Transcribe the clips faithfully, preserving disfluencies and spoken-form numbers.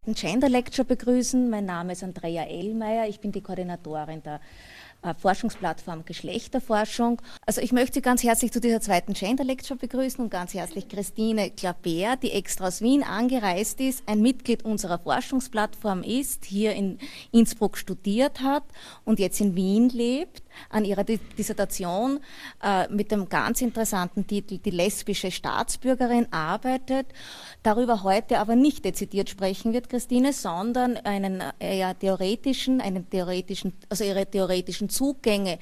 Gender Lecture begrüßen. Mein Name ist Andrea Ellmeier, ich bin die Koordinatorin der äh, Forschungsplattform Geschlechterforschung. Also ich möchte Sie ganz herzlich zu dieser zweiten Gender Lecture begrüßen und ganz herzlich Christine Clapert, die extra aus Wien angereist ist, ein Mitglied unserer Forschungsplattform ist, hier in Innsbruck studiert hat und jetzt in Wien lebt, an ihrer Dissertation äh, mit dem ganz interessanten Titel Die lesbische Staatsbürgerin arbeitet, darüber heute aber nicht dezidiert sprechen wird, Christine, sondern einen eher theoretischen, einen theoretischen, also ihre theoretischen Zugänge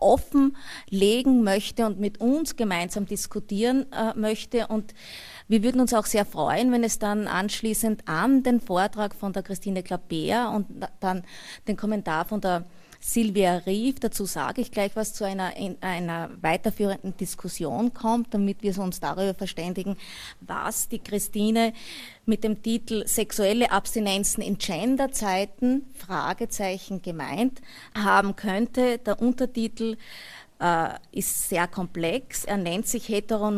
offenlegen möchte und mit uns gemeinsam diskutieren äh, möchte. Und wir würden uns auch sehr freuen, wenn es dann anschließend an den Vortrag von der Christine Clapert und dann den Kommentar von der Silvia Rief, dazu sage ich gleich was, zu einer, einer weiterführenden Diskussion kommt, damit wir uns darüber verständigen, was die Christine mit dem Titel Sexuelle Abstinenzen in Genderzeiten, Fragezeichen, gemeint haben könnte. Der Untertitel äh, ist sehr komplex. Er nennt sich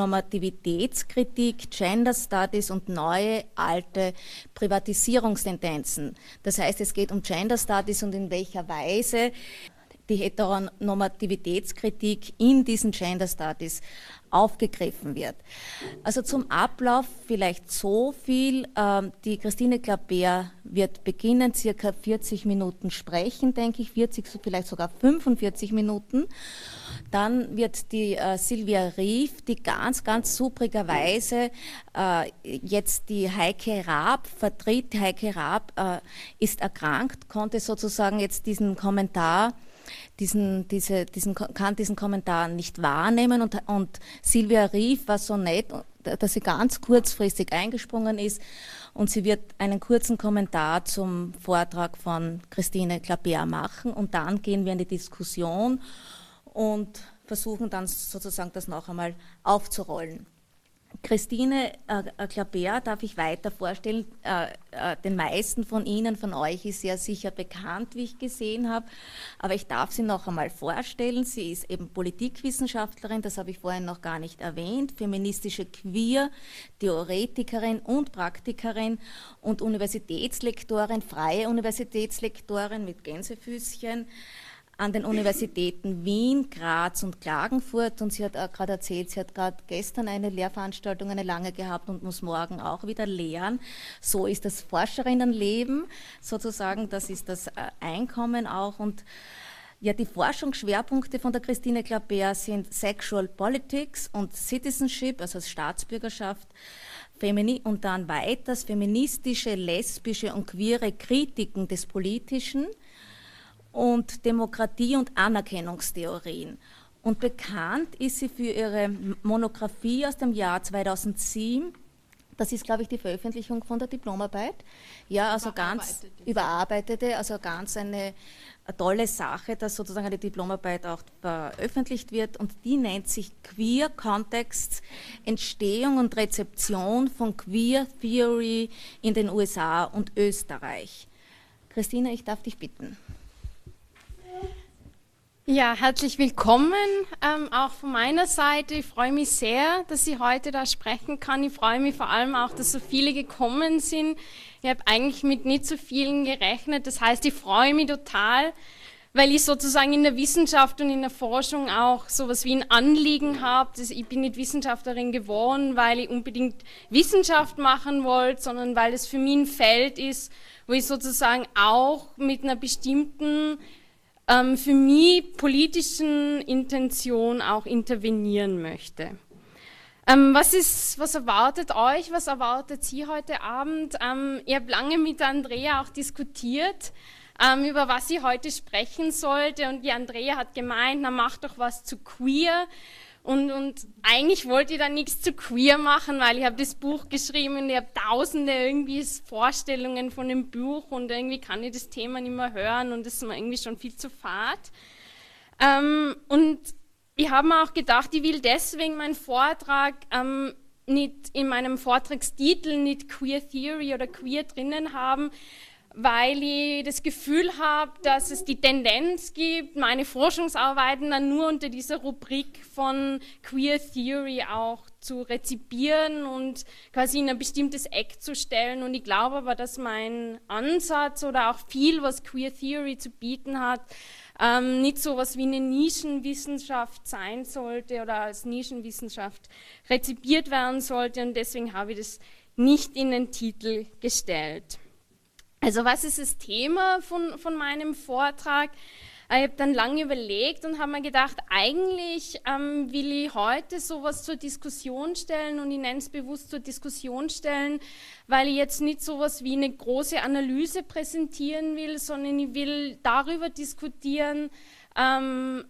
Heteronormativitätskritik, Gender Studies und neue, alte Privatisierungstendenzen. Das heißt, es geht um Gender Studies und in welcher Weise die Heteronormativitätskritik in diesen Gender Studies aufgegriffen wird. Also zum Ablauf vielleicht so viel. Die Christine Clapert wird beginnen, circa vierzig Minuten sprechen, denke ich, vierzig, vielleicht sogar fünfundvierzig Minuten. Dann wird die äh, Silvia Rief, die ganz, ganz suprigerweise äh, jetzt die Heike Raab vertritt. Heike Raab äh, ist erkrankt, konnte sozusagen jetzt diesen Kommentar Diesen, diese, diesen, kann diesen Kommentar nicht wahrnehmen und, und Silvia Rief war so nett, dass sie ganz kurzfristig eingesprungen ist und sie wird einen kurzen Kommentar zum Vortrag von Christine Clapert machen und dann gehen wir in die Diskussion und versuchen dann sozusagen das noch einmal aufzurollen. Christine äh, Clapert darf ich weiter vorstellen. Äh, äh, den meisten von Ihnen, von euch ist ja sicher bekannt, wie ich gesehen habe, aber ich darf sie noch einmal vorstellen. Sie ist eben Politikwissenschaftlerin, das habe ich vorhin noch gar nicht erwähnt, feministische Queer-Theoretikerin und Praktikerin und Universitätslektorin, freie Universitätslektorin mit Gänsefüßchen an den Universitäten Wien, Graz und Klagenfurt. Und sie hat auch gerade erzählt, sie hat gerade gestern eine Lehrveranstaltung, eine lange gehabt und muss morgen auch wieder lehren. So ist das Forscherinnenleben sozusagen, das ist das Einkommen auch. Und ja, die Forschungsschwerpunkte von der Christine Clapert sind Sexual Politics und Citizenship, also Staatsbürgerschaft, Femini und dann weiters feministische, lesbische und queere Kritiken des Politischen und Demokratie- und Anerkennungstheorien. Und bekannt ist sie für ihre Monographie aus dem Jahr zweitausendsieben. Das ist, glaube ich, die Veröffentlichung von der Diplomarbeit. Ja, also ganz überarbeitete, also ganz eine, eine tolle Sache, dass sozusagen eine Diplomarbeit auch veröffentlicht wird. Und die nennt sich Queer Contexts, Entstehung und Rezeption von Queer Theory in den U S A und Österreich. Christine, ich darf dich bitten. Ja, herzlich willkommen, ähm, auch von meiner Seite. Ich freue mich sehr, dass ich heute da sprechen kann. Ich freue mich vor allem auch, dass so viele gekommen sind. Ich habe eigentlich mit nicht so vielen gerechnet. Das heißt, ich freue mich total, weil ich sozusagen in der Wissenschaft und in der Forschung auch sowas wie ein Anliegen habe. Ich bin nicht Wissenschaftlerin geworden, weil ich unbedingt Wissenschaft machen wollte, sondern weil es für mich ein Feld ist, wo ich sozusagen auch mit einer bestimmten für mich politischen Intention auch intervenieren möchte. Ähm, was ist, was erwartet euch, was erwartet Sie heute Abend? Ähm, ich habe lange mit der Andrea auch diskutiert, ähm, über was ich heute sprechen sollte und die Andrea hat gemeint, na mach doch was zu queer. Und, und eigentlich wollte ich da nichts zu queer machen, weil ich habe das Buch geschrieben und ich habe tausende irgendwie Vorstellungen von dem Buch und irgendwie kann ich das Thema nicht mehr hören und das ist mir irgendwie schon viel zu fad. Ähm, und ich habe mir auch gedacht, ich will deswegen meinen Vortrag ähm, nicht in meinem Vortragstitel nicht Queer Theory oder Queer drinnen haben, weil ich das Gefühl habe, dass es die Tendenz gibt, meine Forschungsarbeiten dann nur unter dieser Rubrik von Queer Theory auch zu rezipieren und quasi in ein bestimmtes Eck zu stellen. Und ich glaube aber, dass mein Ansatz oder auch viel, was Queer Theory zu bieten hat, ähm, nicht so etwas wie eine Nischenwissenschaft sein sollte oder als Nischenwissenschaft rezipiert werden sollte. Und deswegen habe ich das nicht in den Titel gestellt. Also was ist das Thema von, von meinem Vortrag? Ich habe dann lange überlegt und habe mir gedacht, eigentlich ähm, will ich heute sowas zur Diskussion stellen und ich nenne es bewusst zur Diskussion stellen, weil ich jetzt nicht sowas wie eine große Analyse präsentieren will, sondern ich will darüber diskutieren, ähm,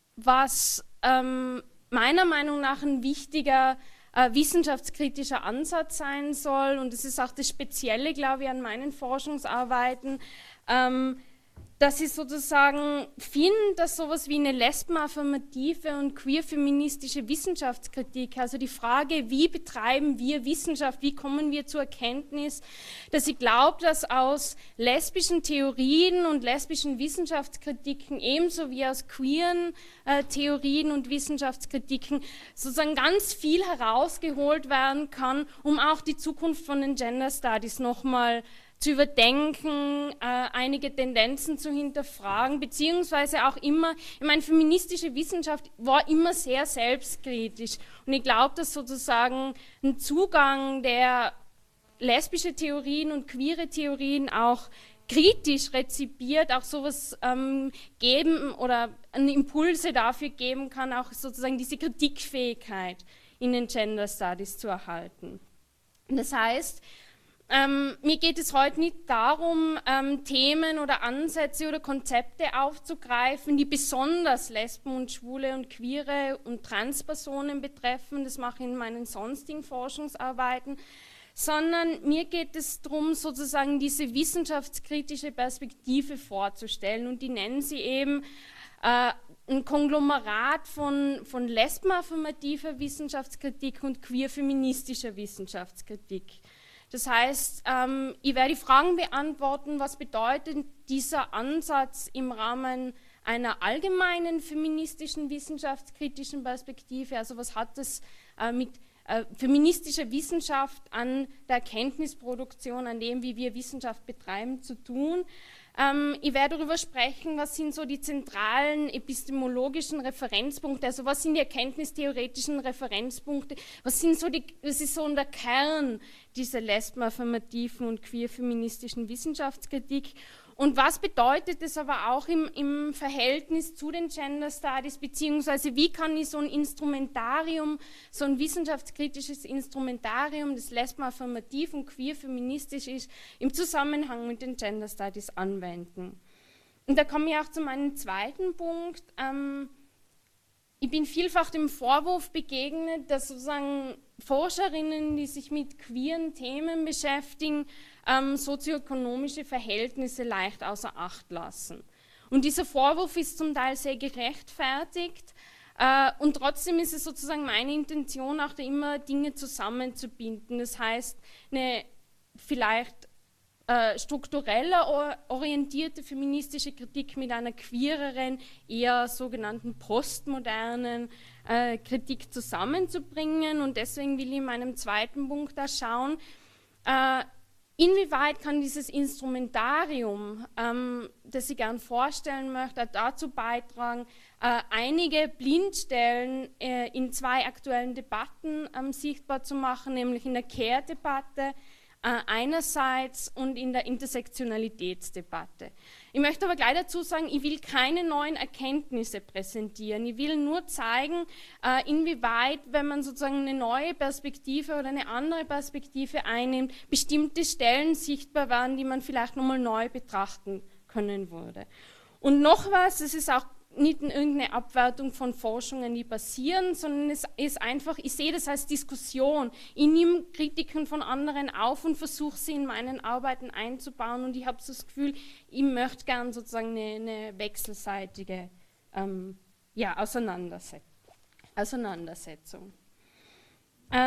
was ähm, meiner Meinung nach ein wichtiger äh, wissenschaftskritischer Ansatz sein soll, und das ist auch das Spezielle, glaube ich, an meinen Forschungsarbeiten, ähm, dass ich sozusagen finde, dass sowas wie eine lesbenaffirmative und queer-feministische Wissenschaftskritik, also die Frage, wie betreiben wir Wissenschaft, wie kommen wir zur Erkenntnis, dass ich glaube, dass aus lesbischen Theorien und lesbischen Wissenschaftskritiken ebenso wie aus queeren äh, Theorien und Wissenschaftskritiken sozusagen ganz viel herausgeholt werden kann, um auch die Zukunft von den Gender Studies nochmal zu überdenken, äh, einige Tendenzen zu hinterfragen, beziehungsweise auch immer, ich meine, feministische Wissenschaft war immer sehr selbstkritisch, und ich glaube, dass sozusagen ein Zugang, der lesbische Theorien und queere Theorien auch kritisch rezipiert, auch sowas ähm, geben oder Impulse dafür geben kann, auch sozusagen diese Kritikfähigkeit in den Gender Studies zu erhalten. Das heißt, Ähm, mir geht es heute nicht darum, ähm, Themen oder Ansätze oder Konzepte aufzugreifen, die besonders Lesben und Schwule und Queere und Transpersonen betreffen. Das mache ich in meinen sonstigen Forschungsarbeiten. Sondern mir geht es darum, sozusagen diese wissenschaftskritische Perspektive vorzustellen. Und die nennen sie eben äh, ein Konglomerat von, von lesbenaffirmativer Wissenschaftskritik und queer-feministischer Wissenschaftskritik. Das heißt, ähm, ich werde die Fragen beantworten, was bedeutet dieser Ansatz im Rahmen einer allgemeinen feministischen wissenschaftskritischen Perspektive, also was hat das äh, mit äh, feministischer Wissenschaft an der Erkenntnisproduktion, an dem, wie wir Wissenschaft betreiben, zu tun. Ähm, ich werde darüber sprechen, was sind so die zentralen epistemologischen Referenzpunkte, also was sind die erkenntnistheoretischen Referenzpunkte, was sind so die, das ist so der Kern dieser lesbenaffirmativen und queer-feministischen Wissenschaftskritik. Und was bedeutet es aber auch im, im Verhältnis zu den Gender Studies, beziehungsweise wie kann ich so ein Instrumentarium, so ein wissenschaftskritisches Instrumentarium, das lesbenaffirmativ und queer-feministisch ist, im Zusammenhang mit den Gender Studies anwenden. Und da komme ich auch zu meinem zweiten Punkt. Ähm, ich bin vielfach dem Vorwurf begegnet, dass sozusagen Forscherinnen, die sich mit queeren Themen beschäftigen, ähm, sozioökonomische Verhältnisse leicht außer Acht lassen. Und dieser Vorwurf ist zum Teil sehr gerechtfertigt, äh, und trotzdem ist es sozusagen meine Intention, auch da immer Dinge zusammenzubinden. Das heißt, eine vielleicht äh, struktureller orientierte feministische Kritik mit einer queereren, eher sogenannten postmodernen äh, Kritik zusammenzubringen. Und deswegen will ich in meinem zweiten Punkt da schauen, äh, inwieweit kann dieses Instrumentarium, ähm, das ich gern vorstellen möchte, dazu beitragen, äh, einige Blindstellen äh, in zwei aktuellen Debatten ähm, sichtbar zu machen, nämlich in der Care-Debatte äh, einerseits und in der Intersektionalitätsdebatte. Ich möchte aber gleich dazu sagen, ich will keine neuen Erkenntnisse präsentieren. Ich will nur zeigen, äh, inwieweit, wenn man sozusagen eine neue Perspektive oder eine andere Perspektive einnimmt, bestimmte Stellen sichtbar werden, die man vielleicht nochmal neu betrachten können würde. Und noch was, es ist auch nicht irgendeine Abwertung von Forschungen, die passieren, sondern es ist einfach, ich sehe das als Diskussion. Ich nehme Kritiken von anderen auf und versuche sie in meinen Arbeiten einzubauen, und ich habe so das Gefühl, ich möchte gern sozusagen eine, eine wechselseitige ähm, ja, Auseinanderset Auseinandersetzung.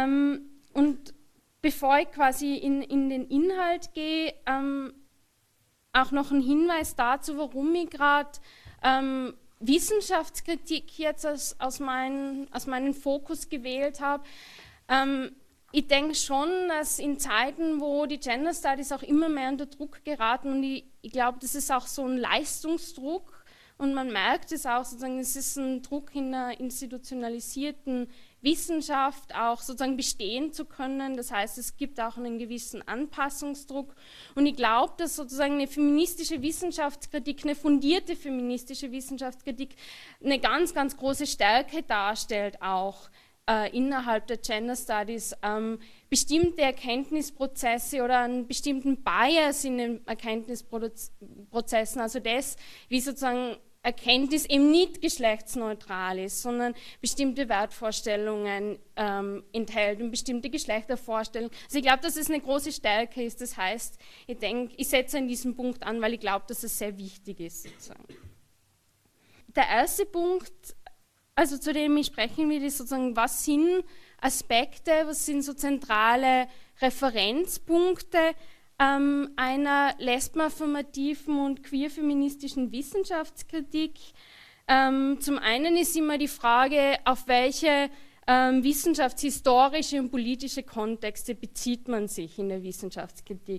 Ähm, und bevor ich quasi in, in den Inhalt gehe, ähm, auch noch ein Hinweis dazu, warum ich gerade ähm, Wissenschaftskritik jetzt als, aus, mein, aus meinen Fokus gewählt habe. Ähm, ich denke schon, dass in Zeiten, wo die Gender Studies auch immer mehr unter Druck geraten, und ich, ich glaube, das ist auch so ein Leistungsdruck, und man merkt es auch sozusagen, es ist ein Druck in einer institutionalisierten Wissenschaft auch sozusagen bestehen zu können. Das heißt, es gibt auch einen gewissen Anpassungsdruck. Und ich glaube, dass sozusagen eine feministische Wissenschaftskritik, eine fundierte feministische Wissenschaftskritik eine ganz, ganz große Stärke darstellt auch äh, innerhalb der Gender Studies, ähm, bestimmte Erkenntnisprozesse oder einen bestimmten Bias in den Erkenntnisprozessen, also das, wie sozusagen Erkenntnis eben nicht geschlechtsneutral ist, sondern bestimmte Wertvorstellungen ähm, enthält und bestimmte Geschlechtervorstellungen. Also ich glaube, dass es eine große Stärke ist. Das heißt, ich denke, ich setze an diesem Punkt an, weil ich glaube, dass es sehr wichtig ist. Sozusagen. Der erste Punkt, also zu dem ich sprechen will, ist sozusagen, was sind Aspekte, was sind so zentrale Referenzpunkte ähm, einer lesbenaffirmativen und queer-feministischen Wissenschaftskritik. Ähm, zum einen ist immer die Frage, auf welche ähm, wissenschaftshistorische und politische Kontexte bezieht man sich in der Wissenschaftskritik.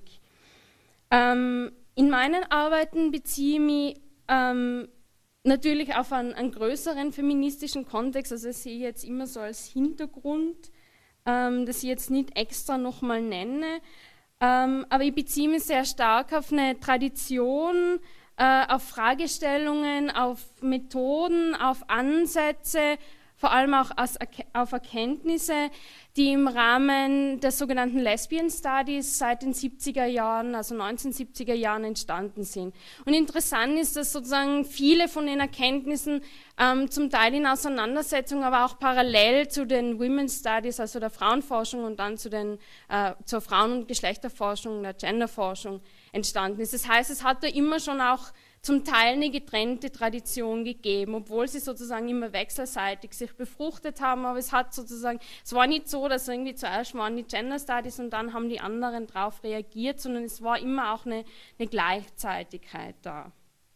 Ähm, in meinen Arbeiten beziehe ich mich ähm, natürlich auf einen, einen größeren feministischen Kontext, also das sehe ich jetzt immer so als Hintergrund, ähm, das ich jetzt nicht extra nochmal nenne, ähm, aber ich beziehe mich sehr stark auf eine Tradition, äh, auf Fragestellungen, auf Methoden, auf Ansätze, vor allem auch aus, auf Erkenntnisse, die im Rahmen der sogenannten Lesbian Studies seit den siebziger Jahren, also neunzehnhundertsiebziger Jahren entstanden sind. Und interessant ist, dass sozusagen viele von den Erkenntnissen ähm, zum Teil in Auseinandersetzung, aber auch parallel zu den Women's Studies, also der Frauenforschung und dann zu den, äh, zur Frauen- und Geschlechterforschung, der Genderforschung entstanden ist. Das heißt, es hat da immer schon auch zum Teil eine getrennte Tradition gegeben, obwohl sie sozusagen immer wechselseitig sich befruchtet haben, aber es hat sozusagen, es war nicht so, dass irgendwie zuerst waren die Gender Studies und dann haben die anderen darauf reagiert, sondern es war immer auch eine, eine Gleichzeitigkeit da.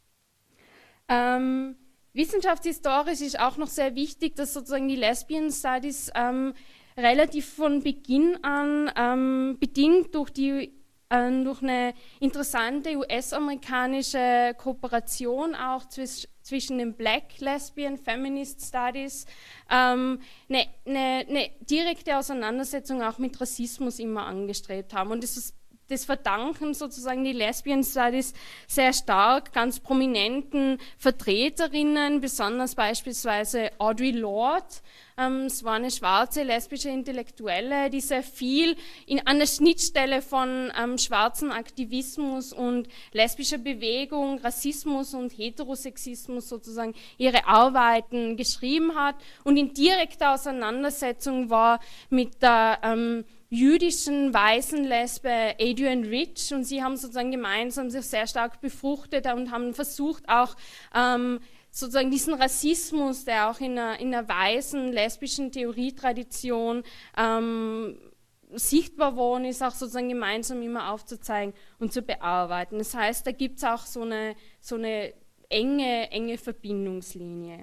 Ähm, wissenschaftshistorisch ist auch noch sehr wichtig, dass sozusagen die Lesbian Studies ähm, relativ von Beginn an, ähm, bedingt durch die durch eine interessante U S-amerikanische Kooperation auch zwisch, zwischen den Black Lesbian Feminist Studies, ähm, eine, eine, eine direkte Auseinandersetzung auch mit Rassismus immer angestrebt haben. Und das ist Das verdanken sozusagen die Lesbian Studies sehr stark ganz prominenten Vertreterinnen, besonders beispielsweise Audre Lorde. Ähm, es war eine schwarze lesbische Intellektuelle, die sehr viel in, an der Schnittstelle von ähm, schwarzen Aktivismus und lesbischer Bewegung, Rassismus und Heterosexismus sozusagen ihre Arbeiten geschrieben hat und in direkter Auseinandersetzung war mit der ähm, jüdischen weißen Lesbe Adrienne Rich, und sie haben sozusagen gemeinsam sich sehr stark befruchtet und haben versucht auch ähm, sozusagen diesen Rassismus, der auch in einer, in einer weißen lesbischen Theorietradition ähm, sichtbar worden ist, auch sozusagen gemeinsam immer aufzuzeigen und zu bearbeiten. Das heißt, da gibt es auch so eine, so eine enge, enge Verbindungslinie.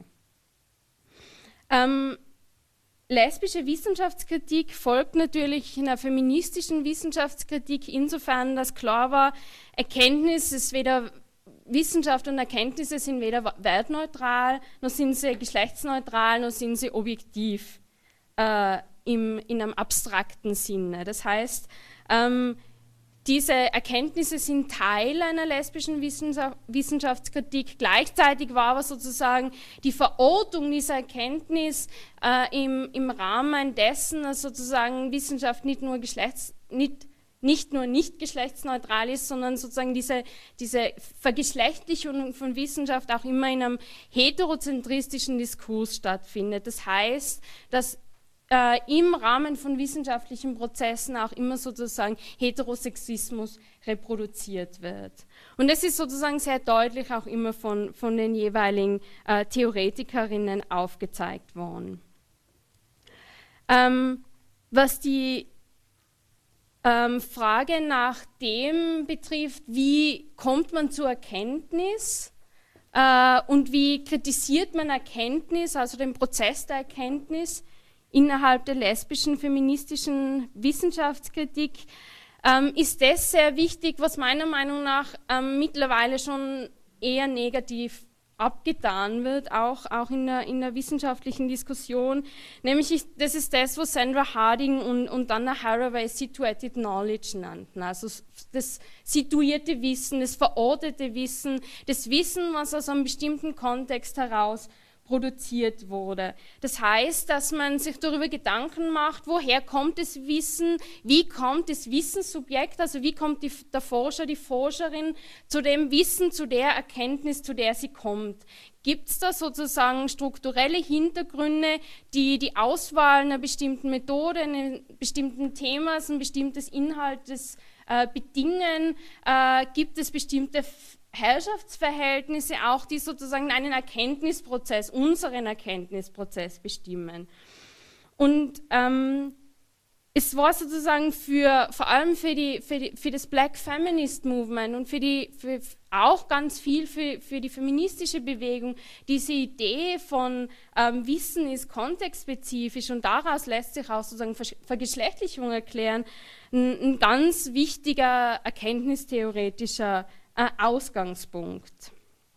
Ähm, Lesbische Wissenschaftskritik folgt natürlich einer feministischen Wissenschaftskritik insofern, dass klar war, Erkenntnis ist weder, Wissenschaft und Erkenntnisse sind weder wertneutral, noch sind sie geschlechtsneutral, noch sind sie objektiv äh, im, in einem abstrakten Sinne. Das heißt, ähm, diese Erkenntnisse sind Teil einer lesbischen Wissenschaftskritik. Gleichzeitig war aber sozusagen die Verortung dieser Erkenntnis äh, im, im Rahmen dessen, dass sozusagen Wissenschaft nicht nur geschlechts, nicht, nicht nur nicht geschlechtsneutral ist, sondern sozusagen diese, diese Vergeschlechtlichung von Wissenschaft auch immer in einem heterozentristischen Diskurs stattfindet. Das heißt, dass Äh, im Rahmen von wissenschaftlichen Prozessen auch immer sozusagen Heterosexismus reproduziert wird. Und das ist sozusagen sehr deutlich auch immer von, von den jeweiligen äh, Theoretikerinnen aufgezeigt worden. Ähm, was die ähm, Frage nach dem betrifft, wie kommt man zur Erkenntnis äh, und wie kritisiert man Erkenntnis, also den Prozess der Erkenntnis innerhalb der lesbischen feministischen Wissenschaftskritik, ähm, ist das sehr wichtig, was meiner Meinung nach ähm, mittlerweile schon eher negativ abgetan wird, auch, auch in, der, in der wissenschaftlichen Diskussion. Nämlich, ich, das ist das, was Sandra Harding und, und Dana Haraway Situated Knowledge nannten. Also das situierte Wissen, das verortete Wissen, das Wissen, was aus einem bestimmten Kontext heraus produziert wurde. Das heißt, dass man sich darüber Gedanken macht, woher kommt das Wissen, wie kommt das Wissenssubjekt, also wie kommt die, der Forscher, die Forscherin zu dem Wissen, zu der Erkenntnis, zu der sie kommt. Gibt es da sozusagen strukturelle Hintergründe, die die Auswahl einer bestimmten Methode, eines bestimmten Themas, ein bestimmtes Inhaltes äh, bedingen? Äh, gibt es bestimmte Herrschaftsverhältnisse auch, die sozusagen einen Erkenntnisprozess, unseren Erkenntnisprozess bestimmen. Und ähm, es war sozusagen für, vor allem für, die, für, die, für das Black Feminist Movement und für die, für auch ganz viel für, für die feministische Bewegung, diese Idee von ähm, Wissen ist kontextspezifisch und daraus lässt sich auch sozusagen Ver Vergeschlechtlichung erklären, ein, ein ganz wichtiger erkenntnistheoretischer Äh, Ausgangspunkt.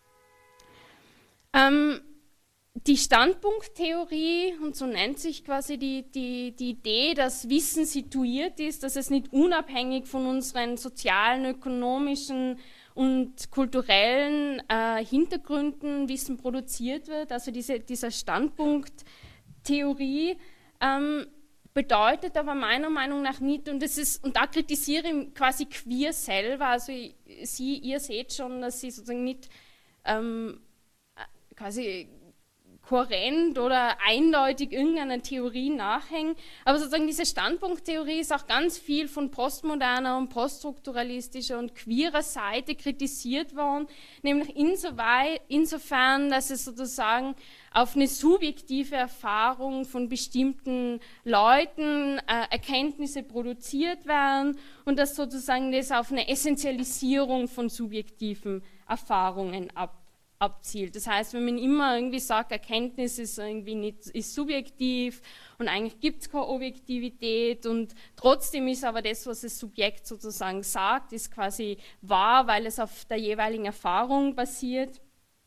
Ähm, die Standpunkttheorie, und so nennt sich quasi die, die, die Idee, dass Wissen situiert ist, dass es nicht unabhängig von unseren sozialen, ökonomischen und kulturellen äh, Hintergründen Wissen produziert wird, also diese, dieser Standpunkttheorie, ähm, bedeutet aber meiner Meinung nach nicht, und, das ist, und da kritisiere ich quasi queer selber, also ich, sie, ihr seht schon, dass sie sozusagen nicht ähm, quasi kohärent oder eindeutig irgendeiner Theorie nachhängen, aber sozusagen diese Standpunkttheorie ist auch ganz viel von postmoderner und poststrukturalistischer und queerer Seite kritisiert worden, nämlich insoweit, insofern, dass es sozusagen auf eine subjektive Erfahrung von bestimmten Leuten äh, Erkenntnisse produziert werden und dass sozusagen das auf eine Essentialisierung von subjektiven Erfahrungen ab abzielt. Das heißt, wenn man immer irgendwie sagt, Erkenntnis ist irgendwie nicht ist subjektiv und eigentlich gibt es keine Objektivität und trotzdem ist aber das, was das Subjekt sozusagen sagt, ist quasi wahr, weil es auf der jeweiligen Erfahrung basiert.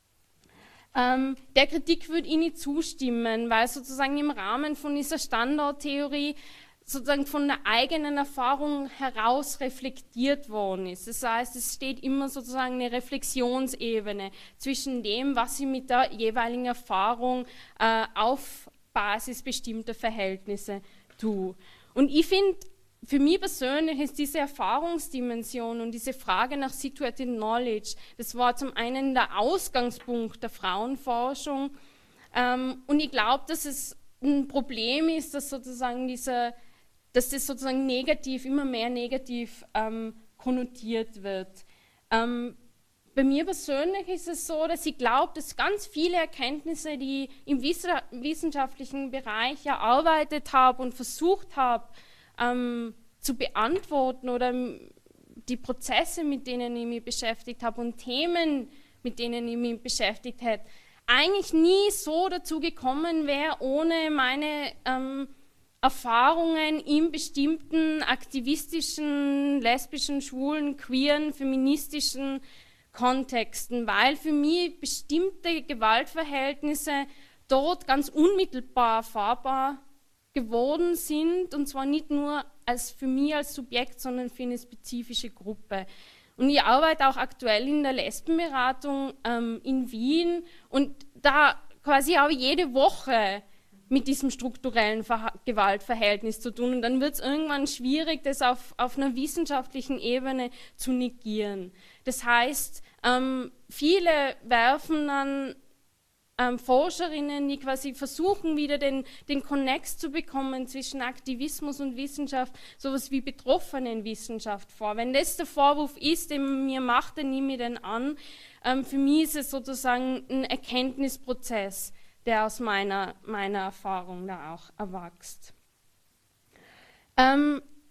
Ähm, der Kritik würde ich nicht zustimmen, weil sozusagen im Rahmen von dieser Standorttheorie sozusagen von der eigenen Erfahrung heraus reflektiert worden ist. Das heißt, es steht immer sozusagen eine Reflexionsebene zwischen dem, was ich mit der jeweiligen Erfahrung äh, auf Basis bestimmter Verhältnisse tue. Und ich finde, für mich persönlich ist diese Erfahrungsdimension und diese Frage nach Situated Knowledge, das war zum einen der Ausgangspunkt der Frauenforschung. Ähm, und ich glaube, dass es ein Problem ist, dass sozusagen diese dass das sozusagen negativ, immer mehr negativ ähm, konnotiert wird. Ähm, bei mir persönlich ist es so, dass ich glaube, dass ganz viele Erkenntnisse, die ich im wissenschaftlichen Bereich erarbeitet habe und versucht habe ähm, zu beantworten oder die Prozesse, mit denen ich mich beschäftigt habe und Themen, mit denen ich mich beschäftigt hätte, eigentlich nie so dazu gekommen wäre, ohne meine ähm, Erfahrungen in bestimmten aktivistischen, lesbischen, schwulen, queeren, feministischen Kontexten, weil für mich bestimmte Gewaltverhältnisse dort ganz unmittelbar erfahrbar geworden sind, und zwar nicht nur als für mich als Subjekt, sondern für eine spezifische Gruppe. Und ich arbeite auch aktuell in der Lesbenberatung ähm, in Wien und da quasi habe ich jede Woche mit diesem strukturellen Ver- Gewaltverhältnis zu tun. Und dann wird es irgendwann schwierig, das auf, auf einer wissenschaftlichen Ebene zu negieren. Das heißt, ähm, viele werfen dann ähm, Forscherinnen, die quasi versuchen, wieder den, den Connect zu bekommen zwischen Aktivismus und Wissenschaft, sowas wie Betroffenenwissenschaft vor. Wenn das der Vorwurf ist, den man mir macht, dann nehme ich den an. Ähm, für mich ist es sozusagen ein Erkenntnisprozess, der aus meiner, meiner Erfahrung da auch erwächst. Ähm,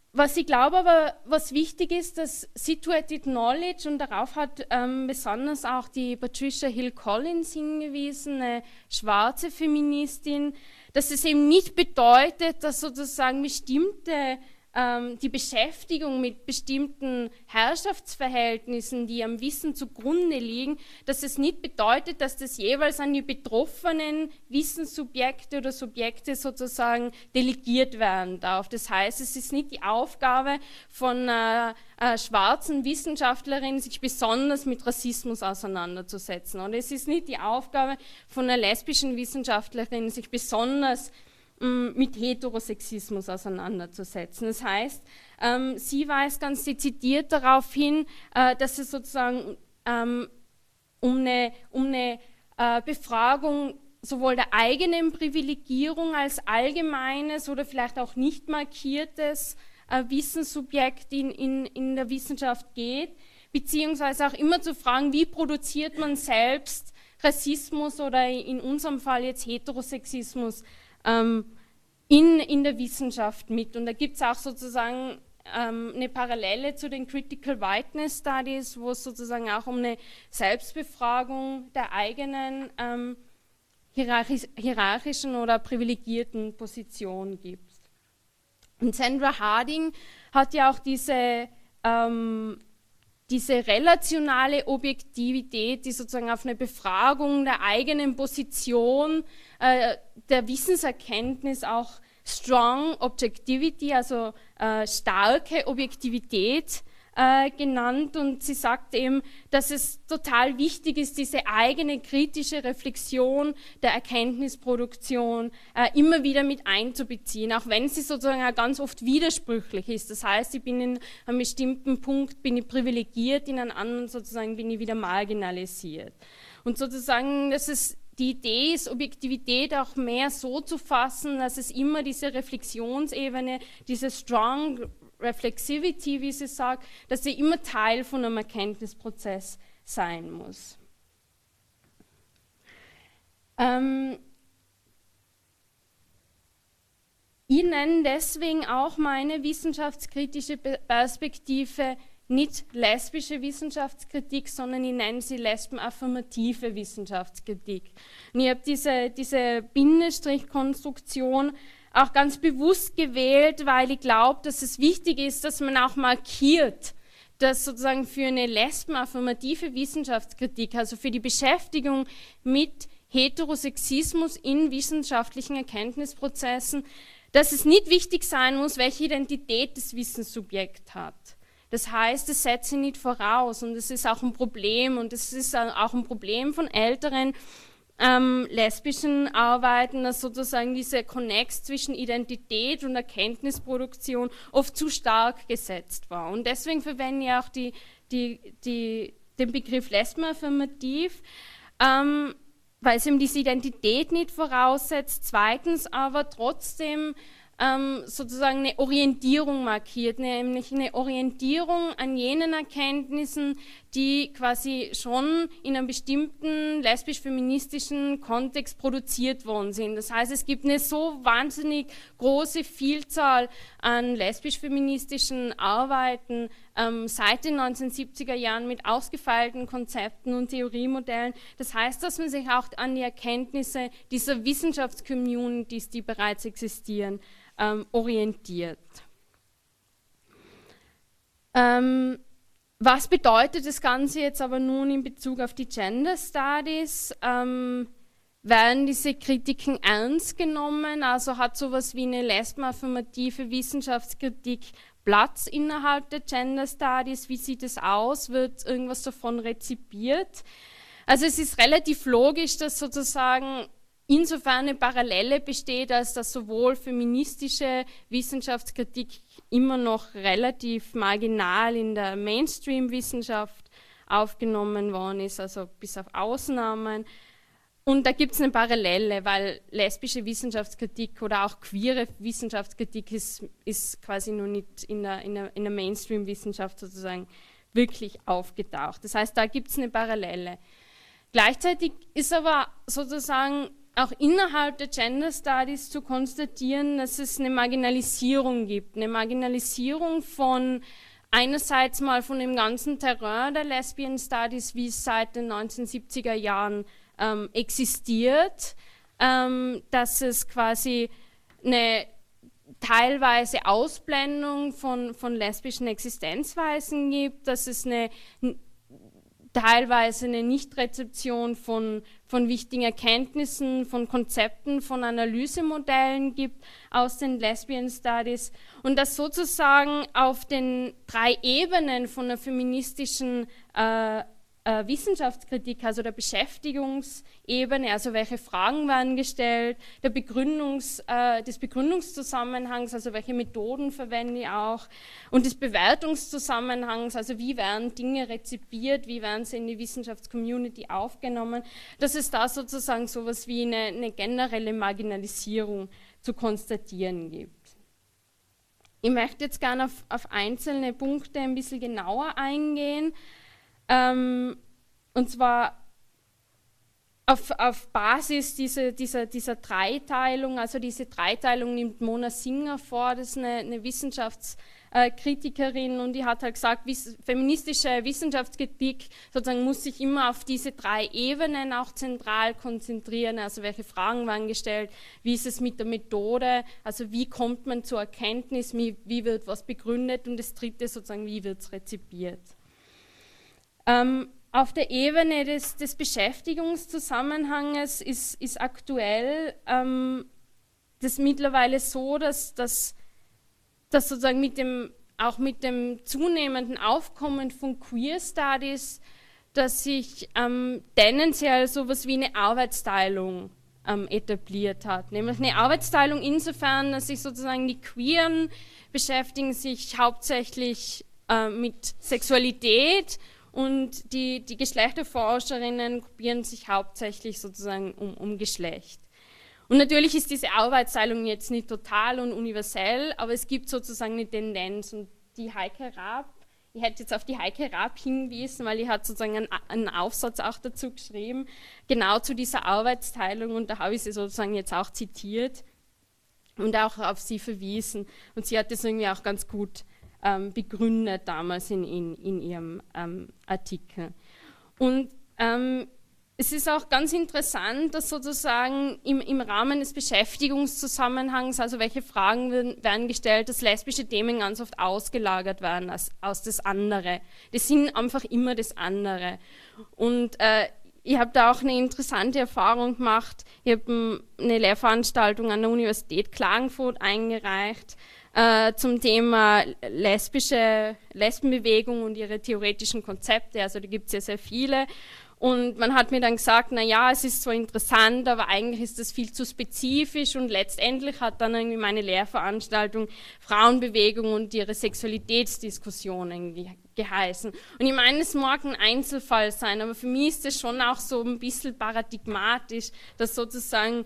Was ich glaube aber, was wichtig ist, dass Situated Knowledge, und darauf hat ähm, besonders auch die Patricia Hill Collins hingewiesen, eine schwarze Feministin, dass es eben nicht bedeutet, dass sozusagen bestimmte, ähm, die Beschäftigung mit bestimmten Herrschaftsverhältnissen, die am Wissen zugrunde liegen, dass es nicht bedeutet, dass das jeweils an die betroffenen Wissenssubjekte oder Subjekte sozusagen delegiert werden darf. Das heißt, es ist nicht die Aufgabe von einer, einer schwarzen Wissenschaftlerin, sich besonders mit Rassismus auseinanderzusetzen. Und es ist nicht die Aufgabe von einer lesbischen Wissenschaftlerin, sich besonders mit Heterosexismus auseinanderzusetzen. Das heißt, ähm, sie weist ganz dezidiert darauf hin, äh, dass es sozusagen ähm, um eine, um eine äh, Befragung sowohl der eigenen Privilegierung als allgemeines oder vielleicht auch nicht markiertes äh, Wissenssubjekt in, in, in der Wissenschaft geht, beziehungsweise auch immer zu fragen, wie produziert man selbst Rassismus oder in unserem Fall jetzt Heterosexismus ähm, in, in der Wissenschaft mit. Und da gibt es auch sozusagen ähm, eine Parallele zu den Critical Whiteness Studies, wo es sozusagen auch um eine Selbstbefragung der eigenen ähm, hierarchis hierarchischen oder privilegierten Position gibt. Und Sandra Harding hat ja auch diese ähm, diese relationale Objektivität, die sozusagen auf eine Befragung der eigenen Position, äh, der Wissenserkenntnis auch strong Objectivity, also äh, starke Objektivität äh, genannt. Und sie sagt eben, dass es total wichtig ist, diese eigene kritische Reflexion der Erkenntnisproduktion äh, immer wieder mit einzubeziehen, auch wenn sie sozusagen auch ganz oft widersprüchlich ist. Das heißt, ich bin in einem bestimmten Punkt bin ich privilegiert, in einem anderen sozusagen bin ich wieder marginalisiert. Und sozusagen, dass es die Idee ist, Objektivität auch mehr so zu fassen, dass es immer diese Reflexionsebene, diese strong Reflexivity, wie sie sagt, dass sie immer Teil von einem Erkenntnisprozess sein muss. Ähm, ich nenne deswegen auch meine wissenschaftskritische Perspektive nicht lesbische Wissenschaftskritik, sondern ich nenne sie lesbenaffirmative Wissenschaftskritik. Und ich habe diese, diese Bindestrichkonstruktion auch ganz bewusst gewählt, weil ich glaube, dass es wichtig ist, dass man auch markiert, dass sozusagen für eine lesbenaffirmative Wissenschaftskritik, also für die Beschäftigung mit Heterosexismus in wissenschaftlichen Erkenntnisprozessen, dass es nicht wichtig sein muss, welche Identität das Wissenssubjekt hat. Das heißt, das setze ich nicht voraus und es ist auch ein Problem und es ist auch ein Problem von älteren ähm, lesbischen Arbeiten, dass sozusagen dieser Konnex zwischen Identität und Erkenntnisproduktion oft zu stark gesetzt war. Und deswegen verwende ich auch die, die, die, den Begriff lesbenaffirmativ, ähm, weil es eben diese Identität nicht voraussetzt, zweitens aber trotzdem ähm, sozusagen eine Orientierung markiert, nämlich eine Orientierung an jenen Erkenntnissen, die quasi schon in einem bestimmten lesbisch-feministischen Kontext produziert worden sind. Das heißt, es gibt eine so wahnsinnig große Vielzahl an lesbisch-feministischen Arbeiten ähm, seit den neunzehnhundertsiebziger Jahren mit ausgefeilten Konzepten und Theoriemodellen. Das heißt, dass man sich auch an die Erkenntnisse dieser Wissenschaftscommunities, die bereits existieren, ähm, orientiert. Ähm, Was bedeutet das Ganze jetzt aber nun in Bezug auf die Gender Studies? Ähm, werden diese Kritiken ernst genommen? Also hat sowas wie eine lesbenaffirmative Wissenschaftskritik Platz innerhalb der Gender Studies? Wie sieht es aus? Wird irgendwas davon rezipiert? Also es ist relativ logisch, dass sozusagen insofern eine Parallele besteht, als dass sowohl feministische Wissenschaftskritik immer noch relativ marginal in der Mainstream-Wissenschaft aufgenommen worden ist, also bis auf Ausnahmen. Und da gibt es eine Parallele, weil lesbische Wissenschaftskritik oder auch queere Wissenschaftskritik ist, ist quasi noch nicht in der, in der, in der Mainstream-Wissenschaft sozusagen wirklich aufgetaucht. Das heißt, da gibt es eine Parallele. Gleichzeitig ist aber sozusagen auch innerhalb der Gender Studies zu konstatieren, dass es eine Marginalisierung gibt, eine Marginalisierung von einerseits mal von dem ganzen Terrain der Lesbian Studies, wie es seit den neunzehnhundertsiebziger Jahren ähm, existiert, ähm, dass es quasi eine teilweise Ausblendung von, von lesbischen Existenzweisen gibt, dass es eine teilweise eine Nichtrezeption von, von wichtigen Erkenntnissen, von Konzepten, von Analysemodellen gibt aus den Lesbian Studies und dass sozusagen auf den drei Ebenen von der feministischen äh, äh, Wissenschaftskritik, also der Beschäftigungsebene, also welche Fragen werden gestellt, der Begründungs, äh, des Begründungszusammenhangs, also welche Methoden verwende ich auch, und des Bewertungszusammenhangs, also wie werden Dinge rezipiert, wie werden sie in die Wissenschaftscommunity aufgenommen, dass es da sozusagen so etwas wie eine, eine generelle Marginalisierung zu konstatieren gibt. Ich möchte jetzt gerne auf, auf einzelne Punkte ein bisschen genauer eingehen. Ähm, und zwar auf, auf Basis dieser, dieser, dieser Dreiteilung, also diese Dreiteilung nimmt Mona Singer vor, das ist eine, eine Wissenschaftskritikerin, und die hat halt gesagt, wiss, feministische Wissenschaftskritik sozusagen muss sich immer auf diese drei Ebenen auch zentral konzentrieren, also welche Fragen werden gestellt, wie ist es mit der Methode, also wie kommt man zur Erkenntnis, wie, wie wird was begründet, und das dritte sozusagen, wie wird es rezipiert. Ähm, auf der Ebene des, des Beschäftigungszusammenhanges ist, ist aktuell ähm, das mittlerweile so, dass, dass, dass sozusagen mit dem, auch mit dem zunehmenden Aufkommen von Queer Studies, dass sich ähm, tendenziell so etwas wie eine Arbeitsteilung ähm, etabliert hat. Nämlich eine Arbeitsteilung insofern, dass sich sozusagen die Queeren beschäftigen sich hauptsächlich äh, mit Sexualität, und die, die Geschlechterforscherinnen gruppieren sich hauptsächlich sozusagen um, um Geschlecht. Und natürlich ist diese Arbeitsteilung jetzt nicht total und universell, aber es gibt sozusagen eine Tendenz. Und die Heike Raab, ich hätte jetzt auf die Heike Raab hingewiesen, weil die hat sozusagen einen, einen Aufsatz auch dazu geschrieben, genau zu dieser Arbeitsteilung, und da habe ich sie sozusagen jetzt auch zitiert und auch auf sie verwiesen. Und sie hat das irgendwie auch ganz gut Ähm, begründet damals in, in, in ihrem ähm, Artikel. Und ähm, es ist auch ganz interessant, dass sozusagen im, im Rahmen des Beschäftigungszusammenhangs, also welche Fragen werden, werden gestellt, dass lesbische Themen ganz oft ausgelagert werden als, aus das andere. Das sind einfach immer das andere. Und äh, ich habe da auch eine interessante Erfahrung gemacht. Ich habe eine Lehrveranstaltung an der Universität Klagenfurt eingereicht, Äh, zum Thema lesbische Lesbenbewegung und ihre theoretischen Konzepte, also da gibt es ja sehr viele, und man hat mir dann gesagt, na ja, es ist zwar interessant, aber eigentlich ist das viel zu spezifisch, und letztendlich hat dann irgendwie meine Lehrveranstaltung Frauenbewegung und ihre Sexualitätsdiskussion irgendwie geheißen. Und ich meine, es mag ein Einzelfall sein, aber für mich ist das schon auch so ein bisschen paradigmatisch, dass sozusagen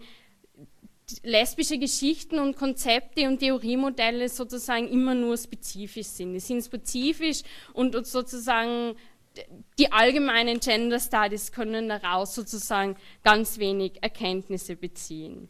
lesbische Geschichten und Konzepte und Theoriemodelle sozusagen immer nur spezifisch sind. Die sind spezifisch und sozusagen die allgemeinen Gender Studies können daraus sozusagen ganz wenig Erkenntnisse beziehen.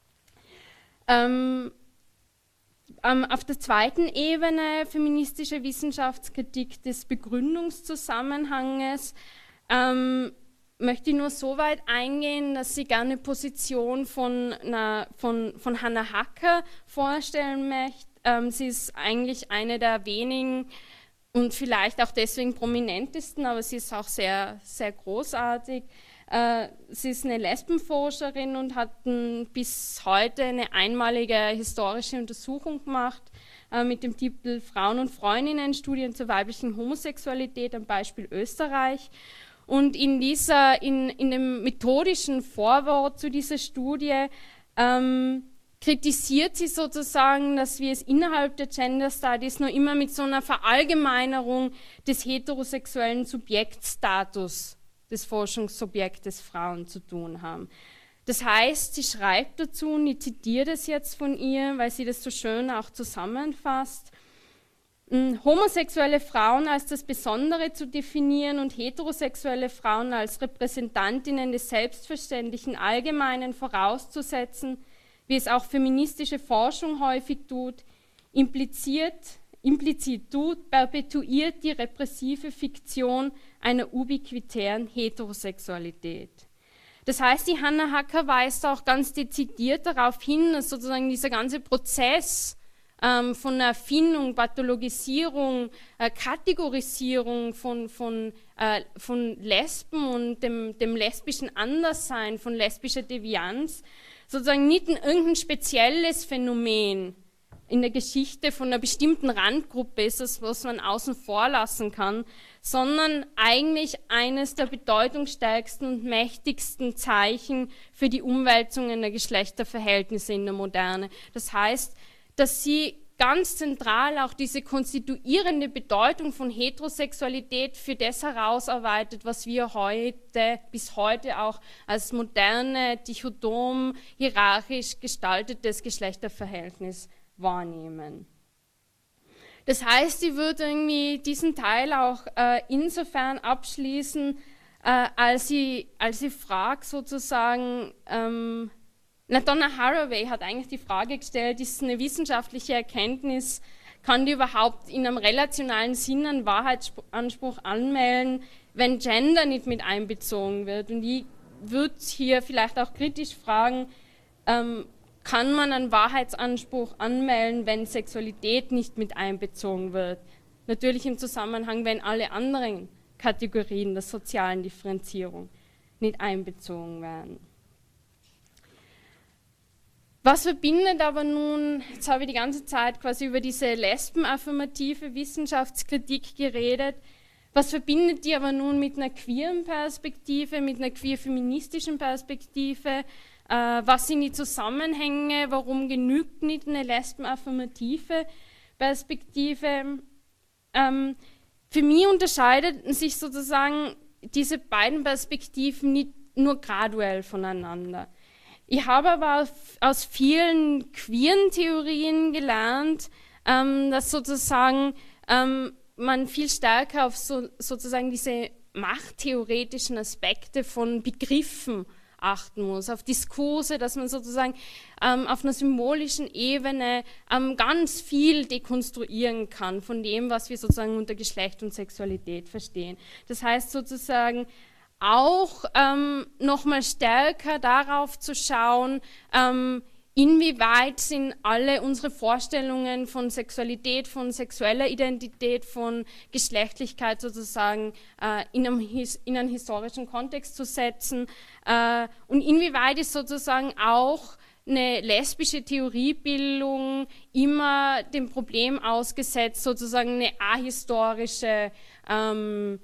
Ähm, ähm, auf der zweiten Ebene feministische Wissenschaftskritik des Begründungszusammenhanges ähm, möchte ich nur so weit eingehen, dass ich gerne eine Position von, einer, von, von Hannah Hacker vorstellen möchte. Ähm, sie ist eigentlich eine der wenigen und vielleicht auch deswegen prominentesten, aber sie ist auch sehr, sehr großartig. Äh, sie ist eine Lesbenforscherin und hat n, bis heute eine einmalige historische Untersuchung gemacht äh, mit dem Titel Frauen und Freundinnen, Studien zur weiblichen Homosexualität am Beispiel Österreich. Und in, dieser, in, in dem methodischen Vorwort zu dieser Studie ähm, kritisiert sie sozusagen, dass wir es innerhalb der Gender Studies noch immer mit so einer Verallgemeinerung des heterosexuellen Subjektstatus des Forschungsobjektes Frauen zu tun haben. Das heißt, sie schreibt dazu, und ich zitiere das jetzt von ihr, weil sie das so schön auch zusammenfasst, homosexuelle Frauen als das Besondere zu definieren und heterosexuelle Frauen als Repräsentantinnen des selbstverständlichen Allgemeinen vorauszusetzen, wie es auch feministische Forschung häufig tut, impliziert, implizit tut, perpetuiert die repressive Fiktion einer ubiquitären Heterosexualität. Das heißt, die Hannah Hacker weist auch ganz dezidiert darauf hin, dass sozusagen dieser ganze Prozess ähm, von Erfindung, Pathologisierung, äh, Kategorisierung von, von, äh, von Lesben und dem, dem lesbischen Anderssein, von lesbischer Devianz, sozusagen nicht ein irgendein spezielles Phänomen in der Geschichte von einer bestimmten Randgruppe ist, das, was man außen vor lassen kann, sondern eigentlich eines der bedeutungsstärksten und mächtigsten Zeichen für die Umwälzungen der Geschlechterverhältnisse in der Moderne. Das heißt, dass sie ganz zentral auch diese konstituierende Bedeutung von Heterosexualität für das herausarbeitet, was wir heute, bis heute auch als moderne, dichotom, hierarchisch gestaltetes Geschlechterverhältnis wahrnehmen. Das heißt, ich würde irgendwie diesen Teil auch äh, insofern abschließen, äh, als ich, als ich frage sozusagen, ähm, na, Donna Haraway hat eigentlich die Frage gestellt, ist eine wissenschaftliche Erkenntnis, kann die überhaupt in einem relationalen Sinn einen Wahrheitsanspruch anmelden, wenn Gender nicht mit einbezogen wird? Und ich würde hier vielleicht auch kritisch fragen, ähm, kann man einen Wahrheitsanspruch anmelden, wenn Sexualität nicht mit einbezogen wird? Natürlich im Zusammenhang, wenn alle anderen Kategorien der sozialen Differenzierung nicht einbezogen werden. Was verbindet aber nun, jetzt habe ich die ganze Zeit quasi über diese lesbenaffirmative Wissenschaftskritik geredet, was verbindet die aber nun mit einer queeren Perspektive, mit einer queer-feministischen Perspektive? Äh, was sind die Zusammenhänge? Warum genügt nicht eine lesbenaffirmative Perspektive? Ähm, für mich unterscheiden sich sozusagen diese beiden Perspektiven nicht nur graduell voneinander. Ich habe aber aus vielen queeren Theorien gelernt, ähm, dass sozusagen ähm, man viel stärker auf so, sozusagen diese machttheoretischen Aspekte von Begriffen achten muss, auf Diskurse, dass man sozusagen ähm, auf einer symbolischen Ebene ähm, ganz viel dekonstruieren kann von dem, was wir sozusagen unter Geschlecht und Sexualität verstehen. Das heißt sozusagen, auch ähm, nochmal stärker darauf zu schauen, ähm, inwieweit sind alle unsere Vorstellungen von Sexualität, von sexueller Identität, von Geschlechtlichkeit sozusagen äh, in, einem, in einen historischen Kontext zu setzen äh, und inwieweit ist sozusagen auch eine lesbische Theoriebildung immer dem Problem ausgesetzt, sozusagen eine ahistorische ähm,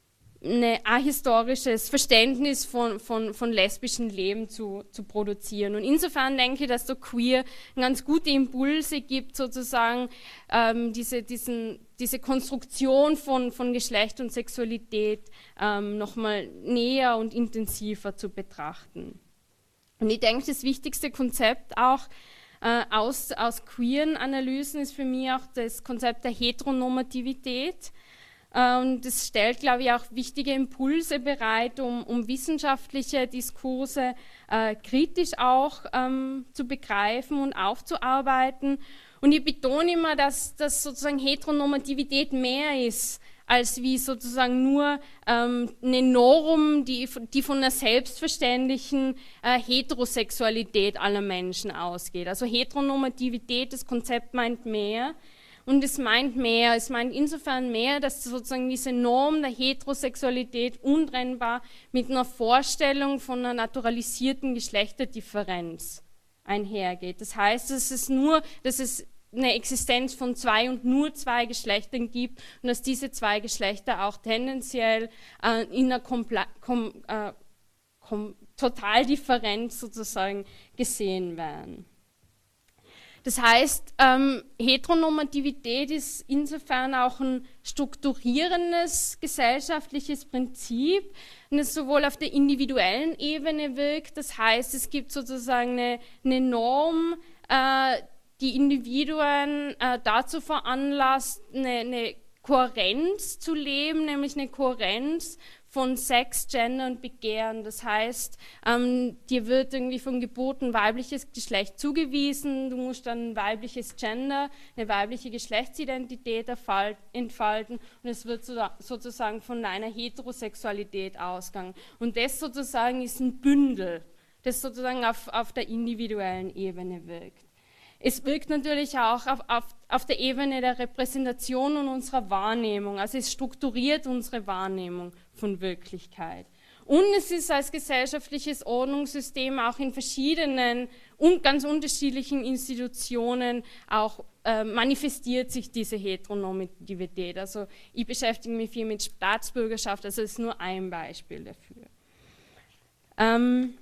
ein ahistorisches Verständnis von, von, von lesbischem Leben zu, zu produzieren. Und insofern denke ich, dass so queer ganz gute Impulse gibt, sozusagen ähm, diese, diesen, diese Konstruktion von, von Geschlecht und Sexualität ähm, nochmal näher und intensiver zu betrachten. Und ich denke, das wichtigste Konzept auch äh, aus, aus queeren Analysen ist für mich auch das Konzept der Heteronormativität. Und das stellt, glaube ich, auch wichtige Impulse bereit, um, um wissenschaftliche Diskurse äh, kritisch auch ähm, zu begreifen und aufzuarbeiten. Und ich betone immer, dass, dass sozusagen Heteronormativität mehr ist, als wie sozusagen nur ähm, eine Norm, die, die von einer selbstverständlichen äh, Heterosexualität aller Menschen ausgeht. Also Heteronormativität, das Konzept meint mehr. Und es meint mehr, es meint insofern mehr, dass sozusagen diese Norm der Heterosexualität untrennbar mit einer Vorstellung von einer naturalisierten Geschlechterdifferenz einhergeht. Das heißt, dass es nur, dass es eine Existenz von zwei und nur zwei Geschlechtern gibt und dass diese zwei Geschlechter auch tendenziell äh, in einer Kompla kom äh, kom Totaldifferenz sozusagen gesehen werden. Das heißt, ähm, Heteronormativität ist insofern auch ein strukturierendes gesellschaftliches Prinzip, das sowohl auf der individuellen Ebene wirkt, das heißt, es gibt sozusagen eine, eine Norm, äh, die Individuen äh, dazu veranlasst, eine, eine Kohärenz zu leben, nämlich eine Kohärenz von Sex, Gender und Begehren. Das heißt, ähm, dir wird irgendwie von Geburt ein weibliches Geschlecht zugewiesen, du musst dann ein weibliches Gender, eine weibliche Geschlechtsidentität entfalten und es wird so, sozusagen von deiner Heterosexualität ausgegangen. Und das sozusagen ist ein Bündel, das sozusagen auf, auf der individuellen Ebene wirkt. Es wirkt natürlich auch auf, auf, auf der Ebene der Repräsentation und unserer Wahrnehmung, also es strukturiert unsere Wahrnehmung von Wirklichkeit. Und es ist als gesellschaftliches Ordnungssystem auch in verschiedenen und ganz unterschiedlichen Institutionen auch äh, manifestiert sich diese Heteronormativität. Also ich beschäftige mich viel mit Staatsbürgerschaft, also das ist nur ein Beispiel dafür. Ähm,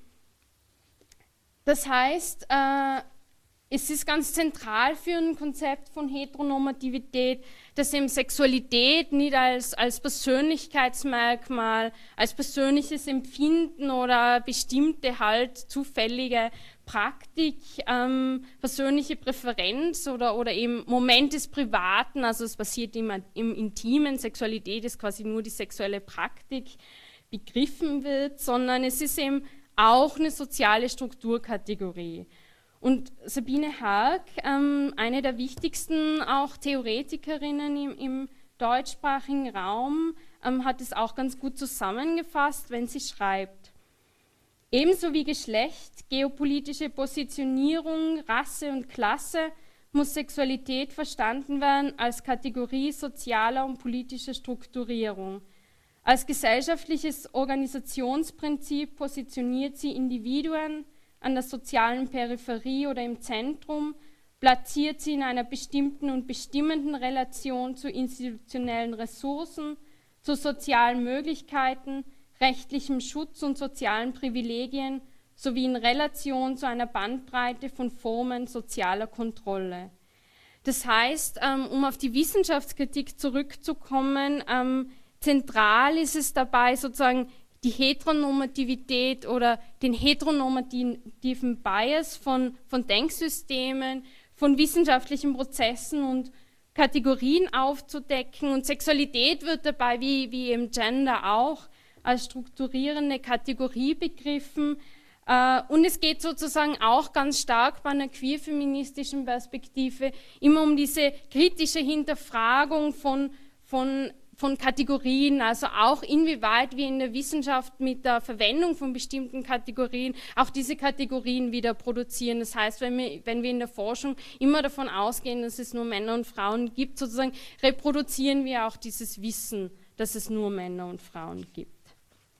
das heißt, äh, es ist ganz zentral für ein Konzept von Heteronormativität, dass eben Sexualität nicht als, als Persönlichkeitsmerkmal, als persönliches Empfinden oder bestimmte halt zufällige Praktik, ähm, persönliche Präferenz oder, oder eben Moment des Privaten, also es passiert immer im Intimen, Sexualität ist quasi nur die sexuelle Praktik, begriffen wird, sondern es ist eben auch eine soziale Strukturkategorie. Und Sabine Haag, ähm, eine der wichtigsten auch Theoretikerinnen im, im deutschsprachigen Raum, ähm, hat es auch ganz gut zusammengefasst, wenn sie schreibt: Ebenso wie Geschlecht, geopolitische Positionierung, Rasse und Klasse muss Sexualität verstanden werden als Kategorie sozialer und politischer Strukturierung. Als gesellschaftliches Organisationsprinzip positioniert sie Individuen an der sozialen Peripherie oder im Zentrum, platziert sie in einer bestimmten und bestimmenden Relation zu institutionellen Ressourcen, zu sozialen Möglichkeiten, rechtlichem Schutz und sozialen Privilegien sowie in Relation zu einer Bandbreite von Formen sozialer Kontrolle. Das heißt, um auf die Wissenschaftskritik zurückzukommen, zentral ist es dabei, sozusagen die Heteronormativität oder den heteronormativen Bias von, von Denksystemen, von wissenschaftlichen Prozessen und Kategorien aufzudecken. Und Sexualität wird dabei, wie, wie eben Gender auch, als strukturierende Kategorie begriffen. Und es geht sozusagen auch ganz stark bei einer queer-feministischen Perspektive immer um diese kritische Hinterfragung von, von von Kategorien, also auch inwieweit wir in der Wissenschaft mit der Verwendung von bestimmten Kategorien auch diese Kategorien wieder produzieren. Das heißt, wenn wir, wenn wir in der Forschung immer davon ausgehen, dass es nur Männer und Frauen gibt, sozusagen reproduzieren wir auch dieses Wissen, dass es nur Männer und Frauen gibt.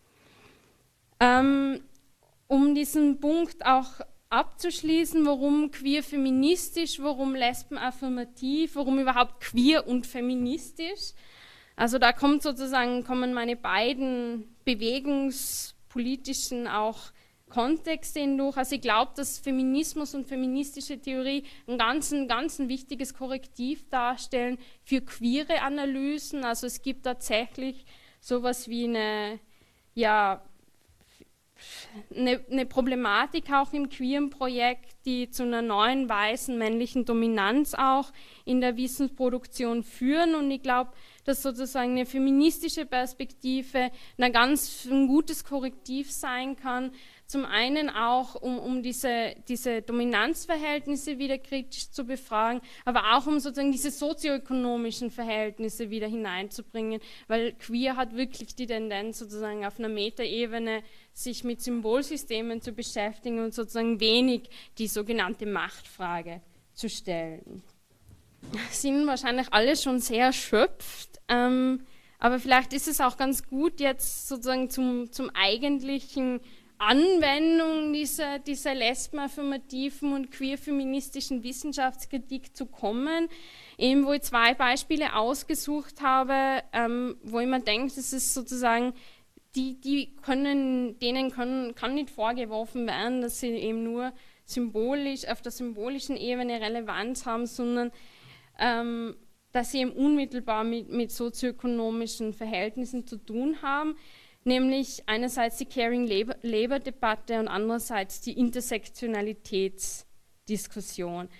Ähm, um diesen Punkt auch abzuschließen, warum queer feministisch, warum lesben affirmativ, warum überhaupt queer und feministisch. Also da kommt sozusagen, kommen meine beiden bewegungspolitischen auch Kontexte hindurch. Also ich glaube, dass Feminismus und feministische Theorie ein ganz, ein ganz ein wichtiges Korrektiv darstellen für queere Analysen. Also es gibt tatsächlich sowas wie eine, ja, eine, eine Problematik auch im queeren Projekt, die zu einer neuen weißen männlichen Dominanz auch in der Wissensproduktion führen. Und ich glaube, dass sozusagen eine feministische Perspektive ein ganz ein gutes Korrektiv sein kann. Zum einen auch, um, um diese, diese Dominanzverhältnisse wieder kritisch zu befragen, aber auch um sozusagen diese sozioökonomischen Verhältnisse wieder hineinzubringen, weil Queer hat wirklich die Tendenz, sozusagen auf einer Metaebene sich mit Symbolsystemen zu beschäftigen und sozusagen wenig die sogenannte Machtfrage zu stellen. Sind wahrscheinlich alle schon sehr erschöpft, ähm, aber vielleicht ist es auch ganz gut, jetzt sozusagen zum, zum eigentlichen Anwendung dieser, dieser lesbenaffirmativen und queer-feministischen Wissenschaftskritik zu kommen, eben wo ich zwei Beispiele ausgesucht habe, ähm, wo ich mir denke, das ist sozusagen, die, die können, denen können, kann nicht vorgeworfen werden, dass sie eben nur symbolisch, auf der symbolischen Ebene Relevanz haben, sondern ähm, dass sie eben unmittelbar mit, mit sozioökonomischen Verhältnissen zu tun haben, nämlich einerseits die Caring-Labor-Debatte und andererseits die Intersektionalitätsdiskussion.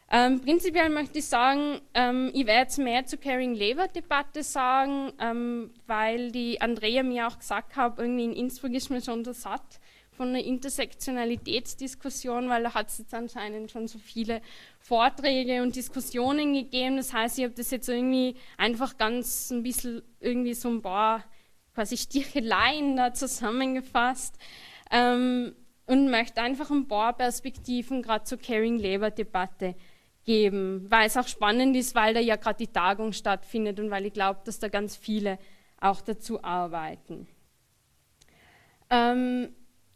Ähm, prinzipiell möchte ich sagen, ähm, ich werde jetzt mehr zur Caring-Labor-Debatte sagen, ähm, weil die Andrea mir auch gesagt hat, irgendwie in Innsbruck ist mir schon so satt von einer Intersektionalitätsdiskussion, weil da hat es jetzt anscheinend schon so viele Vorträge und Diskussionen gegeben. Das heißt, ich habe das jetzt irgendwie einfach ganz ein bisschen irgendwie so ein paar quasi Sticheleien da zusammengefasst. Ähm, und möchte einfach ein paar Perspektiven gerade zur Caring-Labor-Debatte geben, weil es auch spannend ist, weil da ja gerade die Tagung stattfindet und weil ich glaube, dass da ganz viele auch dazu arbeiten. Ähm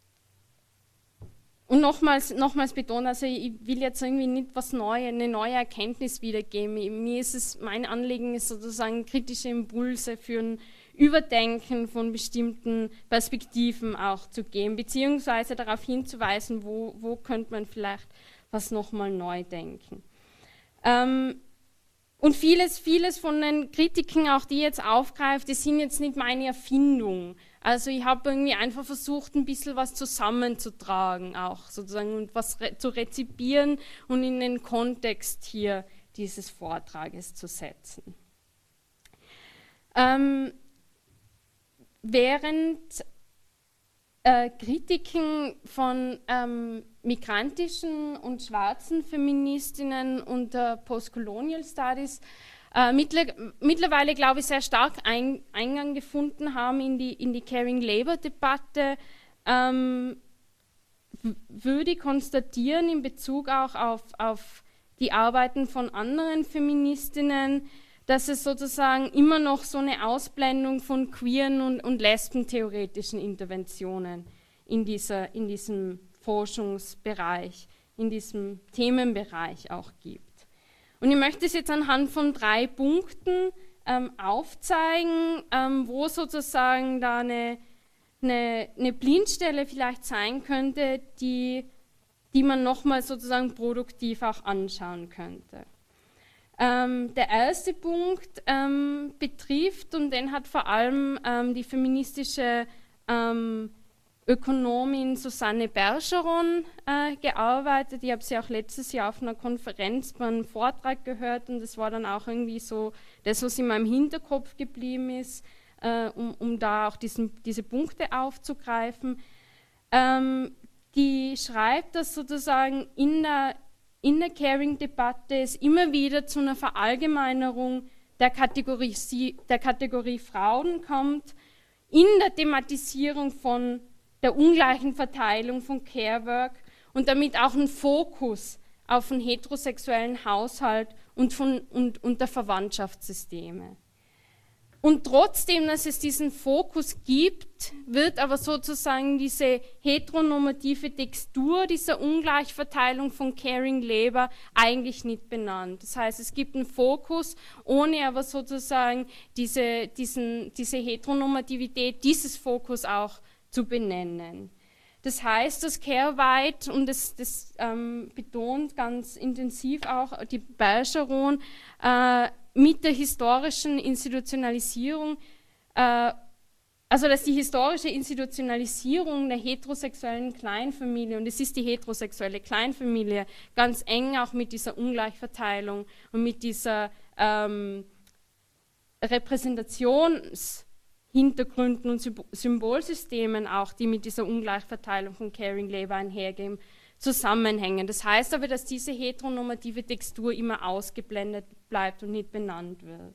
und nochmals, nochmals betonen, also ich will jetzt irgendwie nicht was Neues, eine neue Erkenntnis wiedergeben. Mir ist es, mein Anliegen ist sozusagen kritische Impulse für ein Überdenken von bestimmten Perspektiven auch zu geben, beziehungsweise darauf hinzuweisen, wo, wo könnte man vielleicht was nochmal neu denken. Ähm, und vieles, vieles von den Kritiken, auch die jetzt aufgreift, die sind jetzt nicht meine Erfindung. Also ich habe irgendwie einfach versucht, ein bisschen was zusammenzutragen auch sozusagen und was re zu rezipieren und in den Kontext hier dieses Vortrages zu setzen. Ähm, während äh, Kritiken von ähm, migrantischen und schwarzen Feministinnen unter Postcolonial Studies äh, mittler mittlerweile, glaube ich, sehr stark ein Eingang gefunden haben in die, in die Caring-Labor-Debatte, ähm, würde ich konstatieren in Bezug auch auf, auf die Arbeiten von anderen Feministinnen, dass es sozusagen immer noch so eine Ausblendung von queeren und, und lesbentheoretischen Interventionen in, dieser, in diesem Forschungsbereich, in diesem Themenbereich auch gibt. Und ich möchte es jetzt anhand von drei Punkten ähm, aufzeigen, ähm, wo sozusagen da eine, eine, eine Blindstelle vielleicht sein könnte, die, die man nochmal sozusagen produktiv auch anschauen könnte. Ähm, der erste Punkt ähm, betrifft, und den hat vor allem ähm, die feministische ähm, Ökonomin Susanne Bergeron äh, gearbeitet. Ich habe sie auch letztes Jahr auf einer Konferenz bei einem Vortrag gehört und das war dann auch irgendwie so das, was in meinem Hinterkopf geblieben ist, äh, um, um da auch diesen, diese Punkte aufzugreifen. Ähm, die schreibt, dass sozusagen in der in der Caring-Debatte es immer wieder zu einer Verallgemeinerung der Kategorie, der Kategorie Frauen kommt, in der Thematisierung von der ungleichen Verteilung von Care-Work und damit auch einen Fokus auf einen heterosexuellen Haushalt und, von, und, und der Verwandtschaftssysteme. Und trotzdem, dass es diesen Fokus gibt, wird aber sozusagen diese heteronormative Textur dieser Ungleichverteilung von Caring Labor eigentlich nicht benannt. Das heißt, es gibt einen Fokus, ohne aber sozusagen diese, diesen, diese Heteronormativität, dieses Fokus auch zu benennen. Das heißt, dass Care-White, und das, das ähm, betont ganz intensiv auch die Bergeron, äh, mit der historischen Institutionalisierung, äh, also dass die historische Institutionalisierung der heterosexuellen Kleinfamilie, und es ist die heterosexuelle Kleinfamilie, ganz eng auch mit dieser Ungleichverteilung und mit dieser ähm, Repräsentationshintergründen und Symbolsystemen auch, die mit dieser Ungleichverteilung von Caring Labor einhergehen, zusammenhängen. Das heißt aber, dass diese heteronormative Textur immer ausgeblendet bleibt und nicht benannt wird.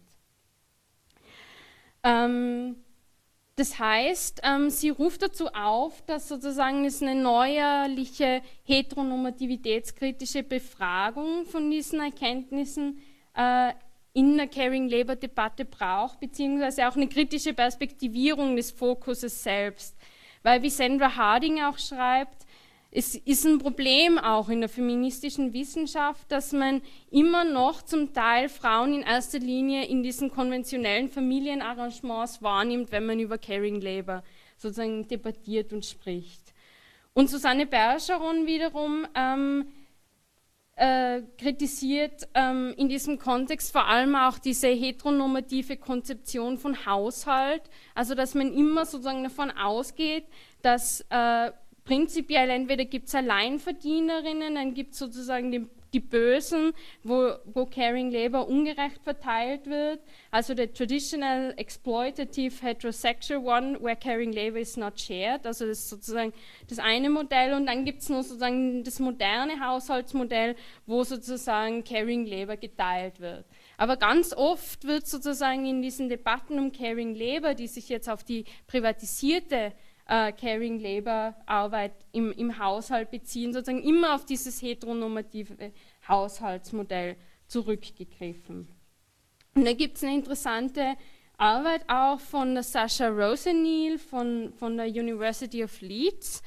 Ähm, das heißt, ähm, sie ruft dazu auf, dass sozusagen es eine neuerliche heteronormativitätskritische Befragung von diesen Erkenntnissen äh, in der Caring-Labor-Debatte braucht, beziehungsweise auch eine kritische Perspektivierung des Fokuses selbst. Weil, wie Sandra Harding auch schreibt, es ist ein Problem auch in der feministischen Wissenschaft, dass man immer noch zum Teil Frauen in erster Linie in diesen konventionellen Familienarrangements wahrnimmt, wenn man über Caring Labor sozusagen debattiert und spricht. Und Susanne Bergeron wiederum ähm, äh, kritisiert ähm, in diesem Kontext vor allem auch diese heteronormative Konzeption von Haushalt, also dass man immer sozusagen davon ausgeht, dass äh, prinzipiell entweder gibt es Alleinverdienerinnen, dann gibt es sozusagen den die Bösen, wo, wo Caring Labor ungerecht verteilt wird. Also der traditional exploitative heterosexual one, where Caring Labor is not shared. Also das ist sozusagen das eine Modell. Und dann gibt es noch sozusagen das moderne Haushaltsmodell, wo sozusagen Caring Labor geteilt wird. Aber ganz oft wird sozusagen in diesen Debatten um Caring Labor, die sich jetzt auf die privatisierte Uh, Caring Labor Arbeit im, im Haushalt beziehen, sozusagen immer auf dieses heteronormative Haushaltsmodell zurückgegriffen. Und da gibt es eine interessante Arbeit auch von der Sasha Rosenneal von, von der University of Leeds,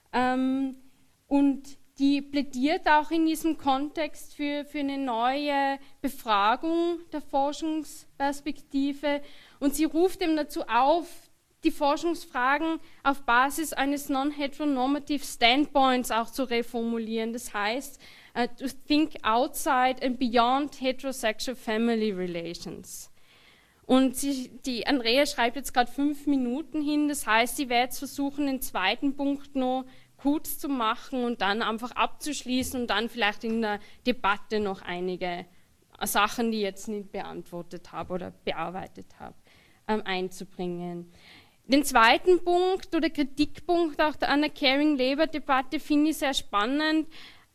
ähm, und die plädiert auch in diesem Kontext für, für eine neue Befragung der Forschungsperspektive, und sie ruft eben dazu auf, die Forschungsfragen auf Basis eines non-heteronormative Standpoints auch zu reformulieren. Das heißt, uh, to think outside and beyond heterosexual family relations. Und sie, die Andrea schreibt jetzt gerade fünf Minuten hin, das heißt, sie wird jetzt versuchen, den zweiten Punkt noch kurz zu machen und dann einfach abzuschließen und dann vielleicht in der Debatte noch einige Sachen, die ich jetzt nicht beantwortet habe oder bearbeitet habe, ähm, einzubringen. Den zweiten Punkt oder Kritikpunkt auch an der Caring Labor Debatte finde ich sehr spannend,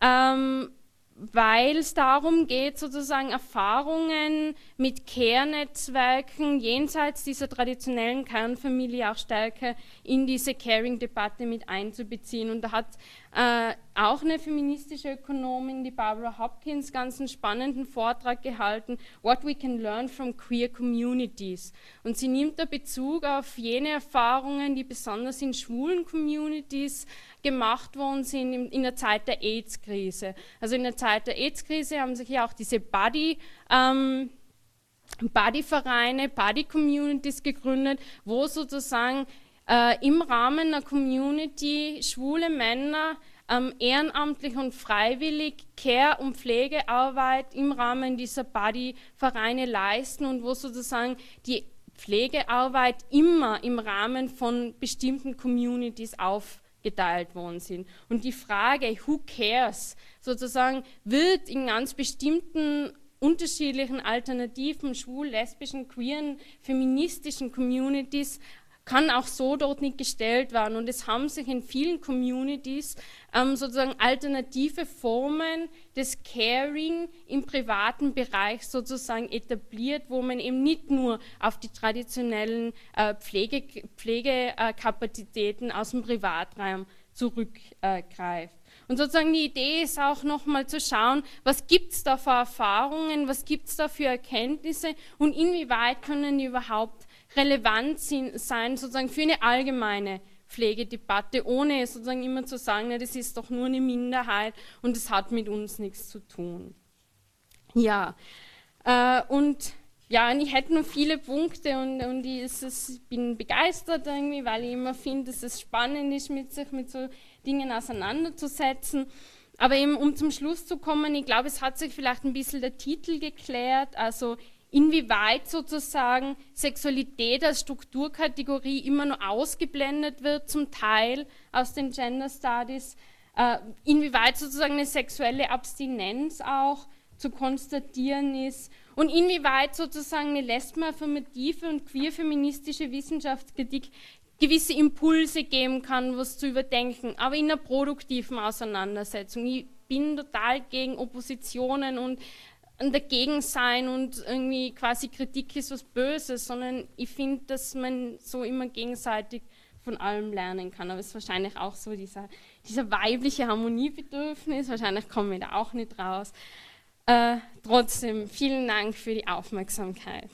ähm, weil es darum geht, sozusagen Erfahrungen mit Care-Netzwerken jenseits dieser traditionellen Kernfamilie auch stärker in diese Caring-Debatte mit einzubeziehen. Und da hat äh, auch eine feministische Ökonomin, die Barbara Hopkins, ganz einen spannenden Vortrag gehalten, What we can learn from queer communities. Und sie nimmt da Bezug auf jene Erfahrungen, die besonders in schwulen Communities gemacht worden sind in, in der Zeit der AIDS-Krise. Also in der Zeit der AIDS-Krise haben sich ja auch diese Buddy, ähm, Buddy-Vereine, Buddy-Communities gegründet, wo sozusagen äh, im Rahmen der Community schwule Männer ähm, ehrenamtlich und freiwillig Care- und Pflegearbeit im Rahmen dieser Buddy-Vereine leisten und wo sozusagen die Pflegearbeit immer im Rahmen von bestimmten Communities auf geteilt worden sind. Und die Frage, who cares, sozusagen, wird in ganz bestimmten unterschiedlichen alternativen, schwul, lesbischen, queeren, feministischen Communities kann auch so dort nicht gestellt werden. Und es haben sich in vielen Communities ähm, sozusagen alternative Formen des Caring im privaten Bereich sozusagen etabliert, wo man eben nicht nur auf die traditionellen äh, Pflege, Pflegekapazitäten aus dem Privatraum zurückgreift. Und sozusagen die Idee ist auch nochmal zu schauen, was gibt es da für Erfahrungen, was gibt es da für Erkenntnisse und inwieweit können die überhaupt relevant sein, sozusagen für eine allgemeine Pflegedebatte, ohne sozusagen immer zu sagen, na, das ist doch nur eine Minderheit und das hat mit uns nichts zu tun. Ja, äh, und ja, und ich hätte noch viele Punkte und, und ich, ist es, ich bin begeistert irgendwie, weil ich immer finde, dass es spannend ist, mit sich mit so Dingen auseinanderzusetzen. Aber eben, um zum Schluss zu kommen, ich glaube, es hat sich vielleicht ein bisschen der Titel geklärt, also inwieweit sozusagen Sexualität als Strukturkategorie immer nur ausgeblendet wird, zum Teil aus den Gender Studies, äh, inwieweit sozusagen eine sexuelle Abstinenz auch zu konstatieren ist und inwieweit sozusagen eine lesbenaffirmative und queer-feministische Wissenschaftskritik gewisse Impulse geben kann, was zu überdenken, aber in einer produktiven Auseinandersetzung. Ich bin total gegen Oppositionen und dagegen sein und irgendwie quasi Kritik ist was Böses, sondern ich finde, dass man so immer gegenseitig von allem lernen kann. Aber es ist wahrscheinlich auch so dieser, dieser weibliche Harmoniebedürfnis, wahrscheinlich kommen wir da auch nicht raus. Äh, trotzdem, vielen Dank für die Aufmerksamkeit.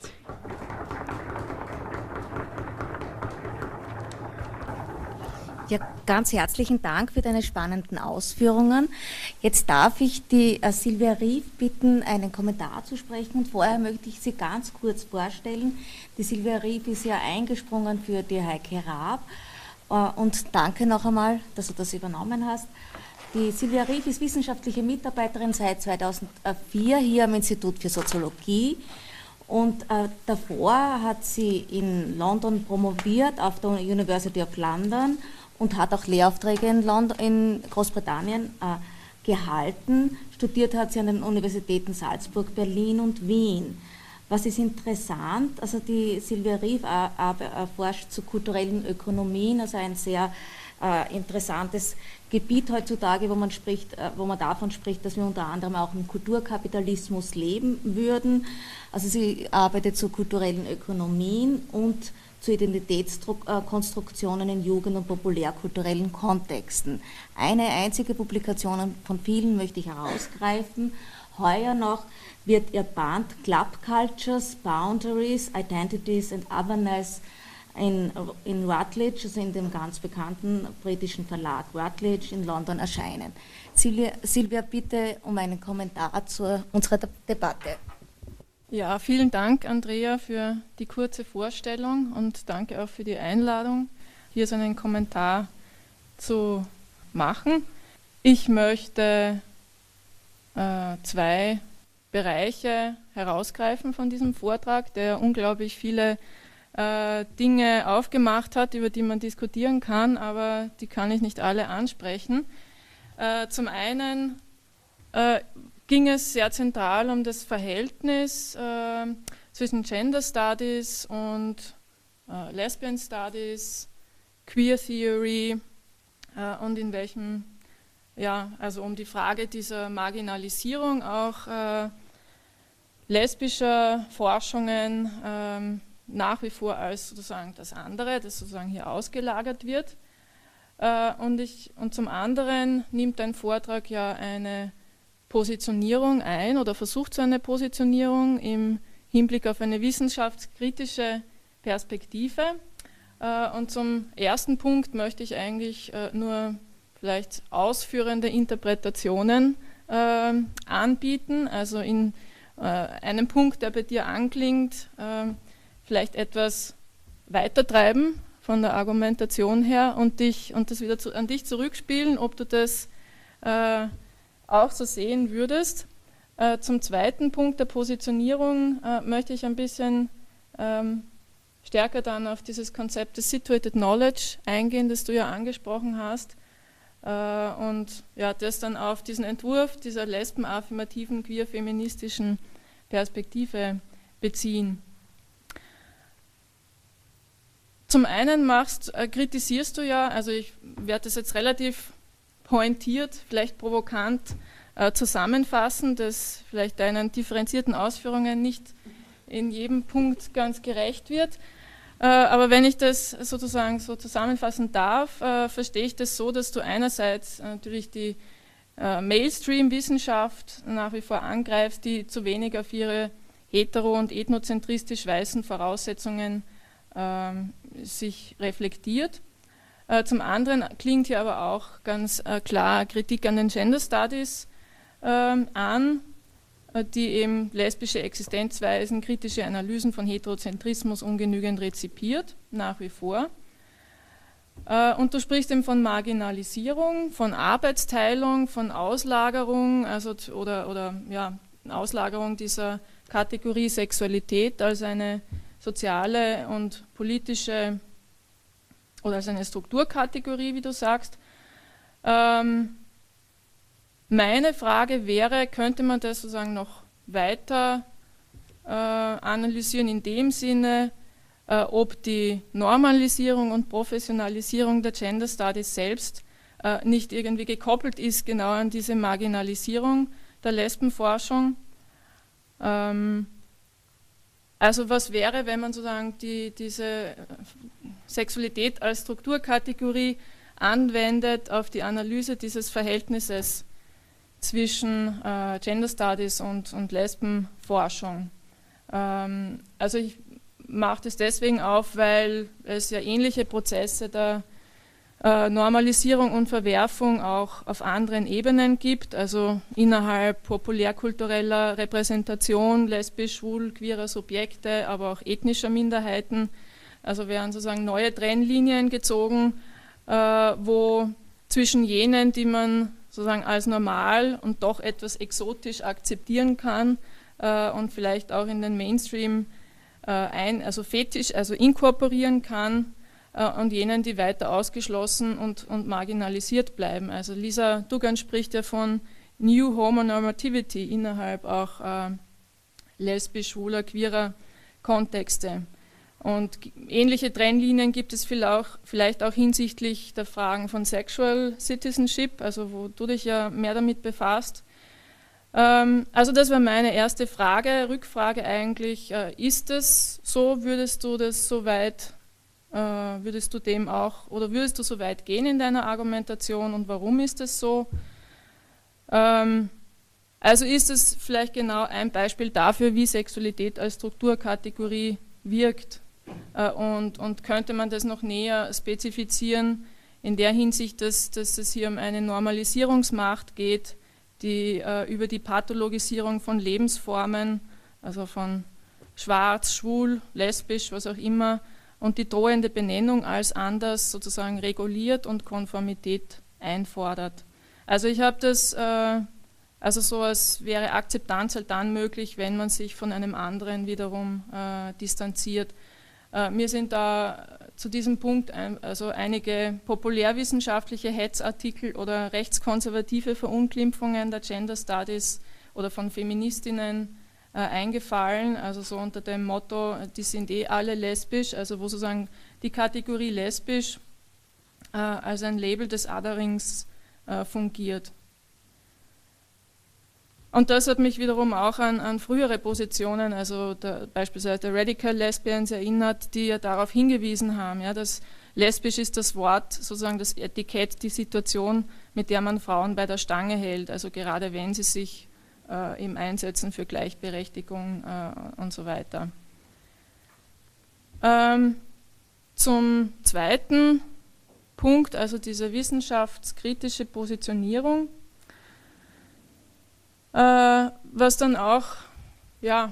Ja, ganz herzlichen Dank für deine spannenden Ausführungen. Jetzt darf ich die äh, Silvia Rief bitten, einen Kommentar zu sprechen. Und vorher möchte ich sie ganz kurz vorstellen. Die Silvia Rief ist ja eingesprungen für die Heike Raab. Äh, und danke noch einmal, dass du das übernommen hast. Die Silvia Rief ist wissenschaftliche Mitarbeiterin seit zweitausendvier hier am Institut für Soziologie. Und äh, davor hat sie in London promoviert auf der University of London und hat auch Lehraufträge in, London, in Großbritannien äh, gehalten, Studiert hat sie an den Universitäten Salzburg, Berlin und Wien. Was ist interessant, also die Silvia Rief forscht zu kulturellen Ökonomien, also ein sehr äh, interessantes Gebiet heutzutage, wo man spricht, äh, wo man davon spricht, dass wir unter anderem auch im Kulturkapitalismus leben würden. Also sie arbeitet zu kulturellen Ökonomien und zu Identitätskonstruktionen in Jugend- und populärkulturellen Kontexten. Eine einzige Publikation von vielen möchte ich herausgreifen. Heuer noch wird ihr Band Club Cultures, Boundaries, Identities and Otherness in, in Routledge, also in dem ganz bekannten britischen Verlag Routledge in London erscheinen. Silvia, Silvia, bitte um einen Kommentar zu unserer Debatte. Ja, vielen Dank, Andrea, für die kurze Vorstellung und danke auch für die Einladung, hier so einen Kommentar zu machen. Ich möchte äh, zwei Bereiche herausgreifen von diesem Vortrag, der unglaublich viele äh, Dinge aufgemacht hat, über die man diskutieren kann, aber die kann ich nicht alle ansprechen. Äh, zum einen äh, ging es sehr zentral um das Verhältnis äh, zwischen Gender Studies und äh, Lesbian Studies, Queer Theory äh, und in welchem, ja, also um die Frage dieser Marginalisierung auch äh, lesbischer Forschungen ähm, nach wie vor als sozusagen das andere, das sozusagen hier ausgelagert wird. Äh, und, ich, und zum anderen nimmt ein Vortrag ja eine Positionierung ein oder versucht so eine Positionierung im Hinblick auf eine wissenschaftskritische Perspektive. Äh, und zum ersten Punkt möchte ich eigentlich äh, nur vielleicht ausführende Interpretationen äh, anbieten, also in äh, einem Punkt, der bei dir anklingt, äh, vielleicht etwas weitertreiben von der Argumentation her und, dich, und das wieder zu, an dich zurückspielen, ob du das äh, auch so sehen würdest. Äh, zum zweiten Punkt der Positionierung äh, möchte ich ein bisschen ähm, stärker dann auf dieses Konzept des Situated Knowledge eingehen, das du ja angesprochen hast, äh, und ja, das dann auf diesen Entwurf dieser lesbenaffirmativen, queer-feministischen Perspektive beziehen. Zum einen machst, äh, kritisierst du ja, also ich werde das jetzt relativ pointiert, vielleicht provokant äh, zusammenfassen, das vielleicht deinen differenzierten Ausführungen nicht in jedem Punkt ganz gerecht wird. Äh, aber wenn ich das sozusagen so zusammenfassen darf, äh, verstehe ich das so, dass du einerseits natürlich die äh, Mainstream-Wissenschaft nach wie vor angreifst, die zu wenig auf ihre hetero- und ethnozentristisch weißen Voraussetzungen äh, sich reflektiert. Äh, zum anderen klingt hier aber auch ganz äh, klar Kritik an den Gender Studies äh, an, äh, die eben lesbische Existenzweisen, kritische Analysen von Heterozentrismus ungenügend rezipiert, nach wie vor. Äh, und du sprichst eben von Marginalisierung, von Arbeitsteilung, von Auslagerung, also oder, oder ja, Auslagerung dieser Kategorie Sexualität als eine soziale und politische oder als eine Strukturkategorie, wie du sagst. Ähm, meine Frage wäre, könnte man das sozusagen noch weiter äh, analysieren in dem Sinne, äh, ob die Normalisierung und Professionalisierung der Gender Studies selbst äh, nicht irgendwie gekoppelt ist genau an diese Marginalisierung der Lesbenforschung. Ähm, Also was wäre, wenn man sozusagen die, diese Sexualität als Strukturkategorie anwendet auf die Analyse dieses Verhältnisses zwischen äh, Gender Studies und, und Lesbenforschung? Ähm, also ich mache das deswegen auf, weil es ja ähnliche Prozesse der äh, Normalisierung und Verwerfung auch auf anderen Ebenen gibt, also innerhalb populärkultureller Repräsentation lesbisch, schwul, queerer Subjekte, aber auch ethnischer Minderheiten. Also werden sozusagen neue Trennlinien gezogen, äh, wo zwischen jenen, die man sozusagen als normal und doch etwas exotisch akzeptieren kann äh, und vielleicht auch in den Mainstream äh, ein, also fetisch, also inkorporieren kann, und jenen, die weiter ausgeschlossen und, und marginalisiert bleiben. Also Lisa Duggan spricht ja von New Homonormativity innerhalb auch äh, lesbisch, schwuler, queerer Kontexte. Und ähnliche Trennlinien gibt es vielleicht auch hinsichtlich der Fragen von Sexual Citizenship, also wo du dich ja mehr damit befasst. Ähm, also das war meine erste Frage, Rückfrage eigentlich. Äh, ist es so, würdest du das so weit, äh, würdest du dem auch, oder würdest du so weit gehen in deiner Argumentation und warum ist es so? Ähm, also ist es vielleicht genau ein Beispiel dafür, wie Sexualität als Strukturkategorie wirkt. Äh, und, und könnte man das noch näher spezifizieren in der Hinsicht, dass, dass es hier um eine Normalisierungsmacht geht, die äh, über die Pathologisierung von Lebensformen, also von schwarz, schwul, lesbisch, was auch immer, und die drohende Benennung als anders sozusagen reguliert und Konformität einfordert. Also ich habe das, äh, also so als wäre Akzeptanz halt dann möglich, wenn man sich von einem anderen wiederum äh, distanziert. Äh, mir sind da zu diesem Punkt ein, also einige populärwissenschaftliche Hetzartikel oder rechtskonservative Verunglimpfungen der Gender Studies oder von Feministinnen äh, eingefallen, also so unter dem Motto, die sind eh alle lesbisch, also wo sozusagen die Kategorie lesbisch äh, als ein Label des Otherings äh, fungiert. Und das hat mich wiederum auch an, an frühere Positionen, also der, beispielsweise der Radical Lesbians erinnert, die ja darauf hingewiesen haben, ja, dass lesbisch ist das Wort, sozusagen das Etikett, die Situation, mit der man Frauen bei der Stange hält, also gerade wenn sie sich äh, eben einsetzen für Gleichberechtigung äh, und so weiter. Ähm, zum zweiten Punkt, also diese wissenschaftskritische Positionierung, was dann auch ja,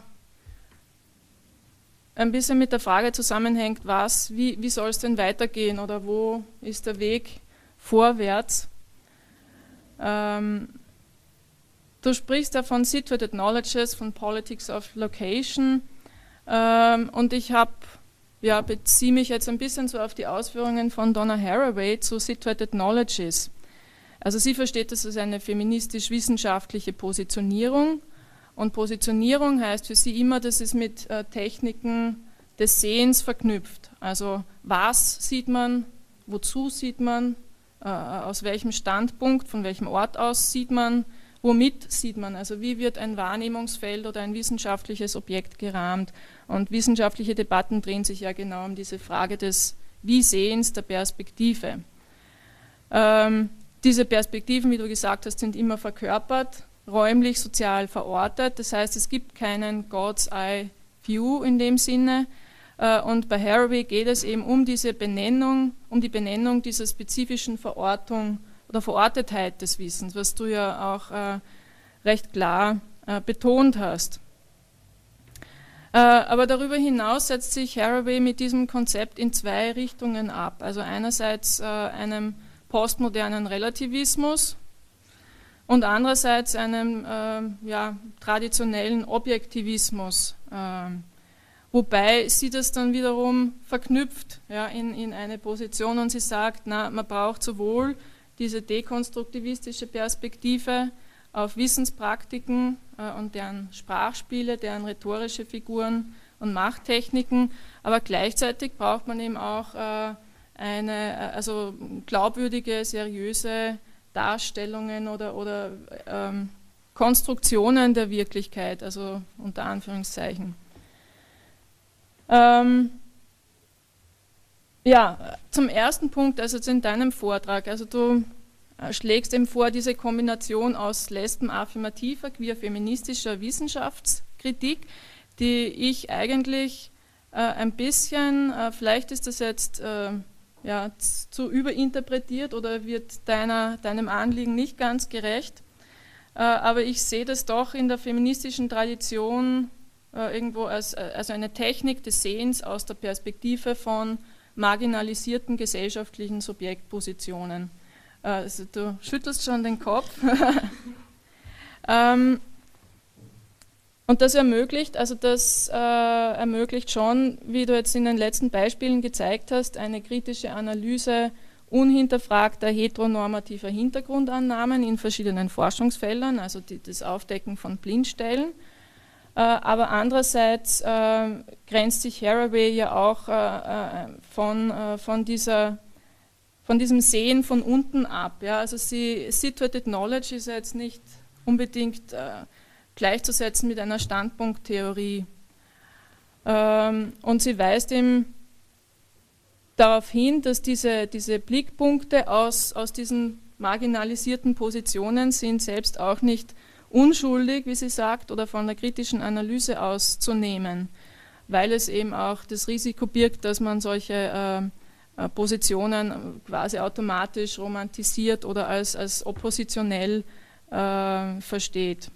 ein bisschen mit der Frage zusammenhängt, was, wie, wie soll es denn weitergehen oder wo ist der Weg vorwärts. Ähm, du sprichst ja von Situated Knowledges, von Politics of Location ähm, und ich habe, ja, beziehe mich jetzt ein bisschen so auf die Ausführungen von Donna Haraway zu Situated Knowledges. Also sie versteht das als eine feministisch-wissenschaftliche Positionierung und Positionierung heißt für sie immer, dass es mit äh, Techniken des Sehens verknüpft. Also was sieht man, wozu sieht man, äh, aus welchem Standpunkt, von welchem Ort aus sieht man, womit sieht man, also wie wird ein Wahrnehmungsfeld oder ein wissenschaftliches Objekt gerahmt. Und wissenschaftliche Debatten drehen sich ja genau um diese Frage des Wie-Sehens, der Perspektive. Ähm, Diese Perspektiven, wie du gesagt hast, sind immer verkörpert, räumlich, sozial verortet. Das heißt, es gibt keinen God's Eye View in dem Sinne. Und bei Haraway geht es eben um diese Benennung, um die Benennung dieser spezifischen Verortung oder Verortetheit des Wissens, was du ja auch recht klar betont hast. Aber darüber hinaus setzt sich Haraway mit diesem Konzept in zwei Richtungen ab. Also einerseits einem postmodernen Relativismus und andererseits einem äh, ja, traditionellen Objektivismus, äh, wobei sie das dann wiederum verknüpft ja, in, in eine Position und sie sagt, na, man braucht sowohl diese dekonstruktivistische Perspektive auf Wissenspraktiken äh, und deren Sprachspiele, deren rhetorische Figuren und Machttechniken, aber gleichzeitig braucht man eben auch äh, eine, also glaubwürdige, seriöse Darstellungen oder, oder ähm, Konstruktionen der Wirklichkeit, also unter Anführungszeichen. Ähm, ja, zum ersten Punkt, also in deinem Vortrag, also du schlägst eben vor, diese Kombination aus lesben-affirmativer, queer-feministischer Wissenschaftskritik, die ich eigentlich äh, ein bisschen, äh, vielleicht ist das jetzt äh, ja, zu überinterpretiert oder wird deiner, deinem Anliegen nicht ganz gerecht. Äh, aber ich sehe das doch in der feministischen Tradition äh, irgendwo als, als eine Technik des Sehens aus der Perspektive von marginalisierten gesellschaftlichen Subjektpositionen. Äh, also du schüttelst schon den Kopf. ähm, Und das ermöglicht, also das äh, ermöglicht schon, wie du jetzt in den letzten Beispielen gezeigt hast, eine kritische Analyse unhinterfragter heteronormativer Hintergrundannahmen in verschiedenen Forschungsfeldern, also die, das Aufdecken von Blindstellen. Äh, aber andererseits äh, grenzt sich Haraway ja auch äh, von, äh, von, dieser, von diesem Sehen von unten ab. Ja? Also sie, Situated Knowledge ist ja jetzt nicht unbedingt äh, gleichzusetzen mit einer Standpunkttheorie. Ähm, und sie weist eben darauf hin, dass diese, diese Blickpunkte aus, aus diesen marginalisierten Positionen sind selbst auch nicht unschuldig, wie sie sagt, oder von der kritischen Analyse auszunehmen, weil es eben auch das Risiko birgt, dass man solche äh, Positionen quasi automatisch romantisiert oder als, als oppositionell äh, versteht.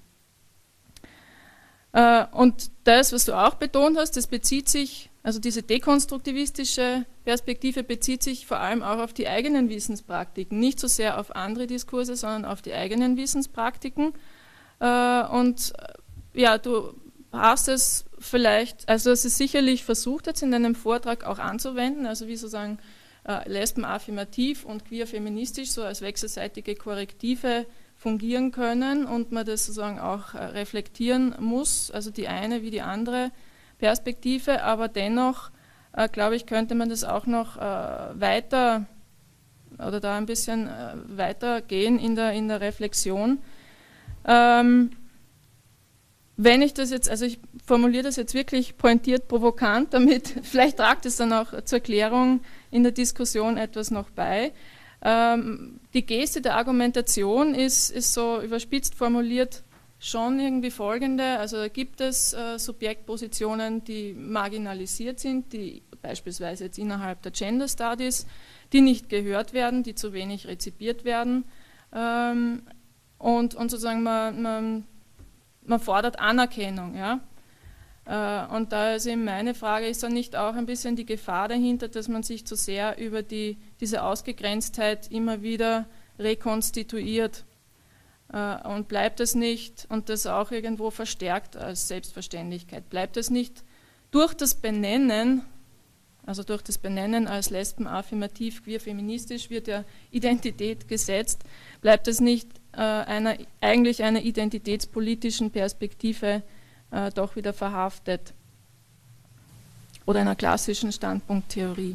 Äh, und das, was du auch betont hast, das bezieht sich, also diese dekonstruktivistische Perspektive bezieht sich vor allem auch auf die eigenen Wissenspraktiken, nicht so sehr auf andere Diskurse, sondern auf die eigenen Wissenspraktiken. Und ja, du hast es vielleicht, also es ist sicherlich versucht jetzt in deinem Vortrag auch anzuwenden, also wie sozusagen äh, Lesben affirmativ und queer feministisch so als wechselseitige Korrektive fungieren können und man das sozusagen auch äh, reflektieren muss, also die eine wie die andere Perspektive, aber dennoch, äh, glaube ich, könnte man das auch noch äh, weiter oder da ein bisschen äh, weiter gehen in der, in der Reflexion. Ähm, wenn ich das jetzt, also ich formuliere das jetzt wirklich pointiert, provokant, damit vielleicht tragt es dann auch zur Klärung in der Diskussion etwas noch bei. Ähm, die Geste der Argumentation ist, ist so überspitzt formuliert schon irgendwie folgende, also gibt es äh, Subjektpositionen, die marginalisiert sind, die beispielsweise jetzt innerhalb der Gender Studies, die nicht gehört werden, die zu wenig rezipiert werden. Ähm, Und, und sozusagen man, man, man fordert Anerkennung. Ja? Äh, und da ist eben meine Frage, ist dann nicht auch ein bisschen die Gefahr dahinter, dass man sich zu sehr über die, diese Ausgegrenztheit immer wieder rekonstituiert äh, und bleibt es nicht, und das auch irgendwo verstärkt als Selbstverständlichkeit, bleibt es nicht durch das Benennen, also durch das Benennen als Lesben affirmativ, queer feministisch wird ja Identität gesetzt, bleibt es nicht Einer, eigentlich einer identitätspolitischen Perspektive äh, doch wieder verhaftet oder einer klassischen Standpunkttheorie.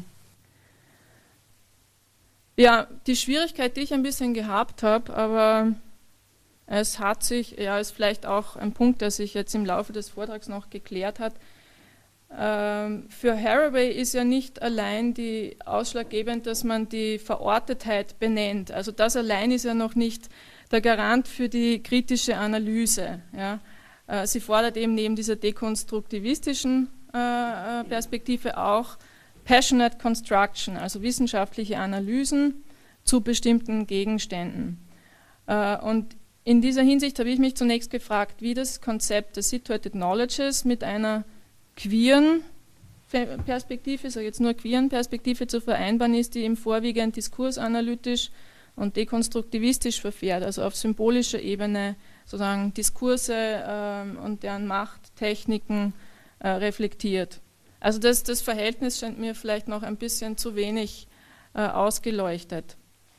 Ja, die Schwierigkeit, die ich ein bisschen gehabt habe, aber es hat sich, ja, ist vielleicht auch ein Punkt, der sich jetzt im Laufe des Vortrags noch geklärt hat. Ähm, für Haraway ist ja nicht allein die ausschlaggebend, dass man die Verortetheit benennt. Also das allein ist ja noch nicht der Garant für die kritische Analyse. Ja. Sie fordert eben neben dieser dekonstruktivistischen äh, Perspektive auch Passionate Construction, also wissenschaftliche Analysen zu bestimmten Gegenständen. Äh, und in dieser Hinsicht habe ich mich zunächst gefragt, wie das Konzept des Situated Knowledges mit einer queeren Perspektive, ich sage jetzt nur queeren Perspektive zu vereinbaren ist, die eben vorwiegend diskursanalytisch und dekonstruktivistisch verfährt, also auf symbolischer Ebene sozusagen Diskurse ähm, und deren Machttechniken äh, reflektiert. Also das, das Verhältnis scheint mir vielleicht noch ein bisschen zu wenig äh, ausgeleuchtet.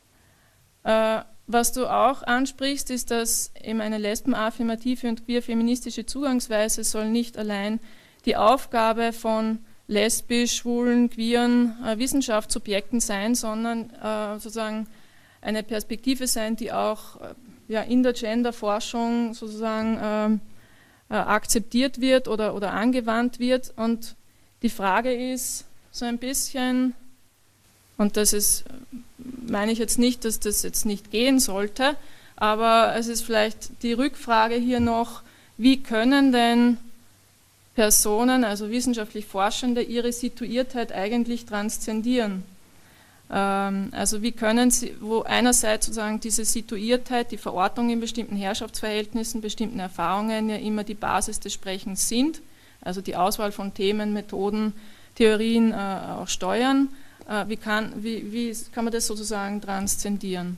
Äh, was du auch ansprichst, ist, dass eben eine lesbenaffirmative und queer-feministische Zugangsweise soll nicht allein die Aufgabe von lesbisch, schwulen, queeren äh, Wissenschaftssubjekten sein, sondern äh, sozusagen eine Perspektive sein, die auch äh, ja, in der Genderforschung sozusagen äh, äh, akzeptiert wird oder, oder angewandt wird. Und die Frage ist so ein bisschen, und das ist, meine ich jetzt nicht, dass das jetzt nicht gehen sollte, aber es ist vielleicht die Rückfrage hier noch, wie können denn Personen, also wissenschaftlich Forschende, ihre Situiertheit eigentlich transzendieren? Ähm, also wie können sie, wo einerseits sozusagen diese Situiertheit, die Verortung in bestimmten Herrschaftsverhältnissen, bestimmten Erfahrungen ja immer die Basis des Sprechens sind, also die Auswahl von Themen, Methoden, Theorien äh, auch steuern, äh, wie, kann, wie, wie kann man das sozusagen transzendieren?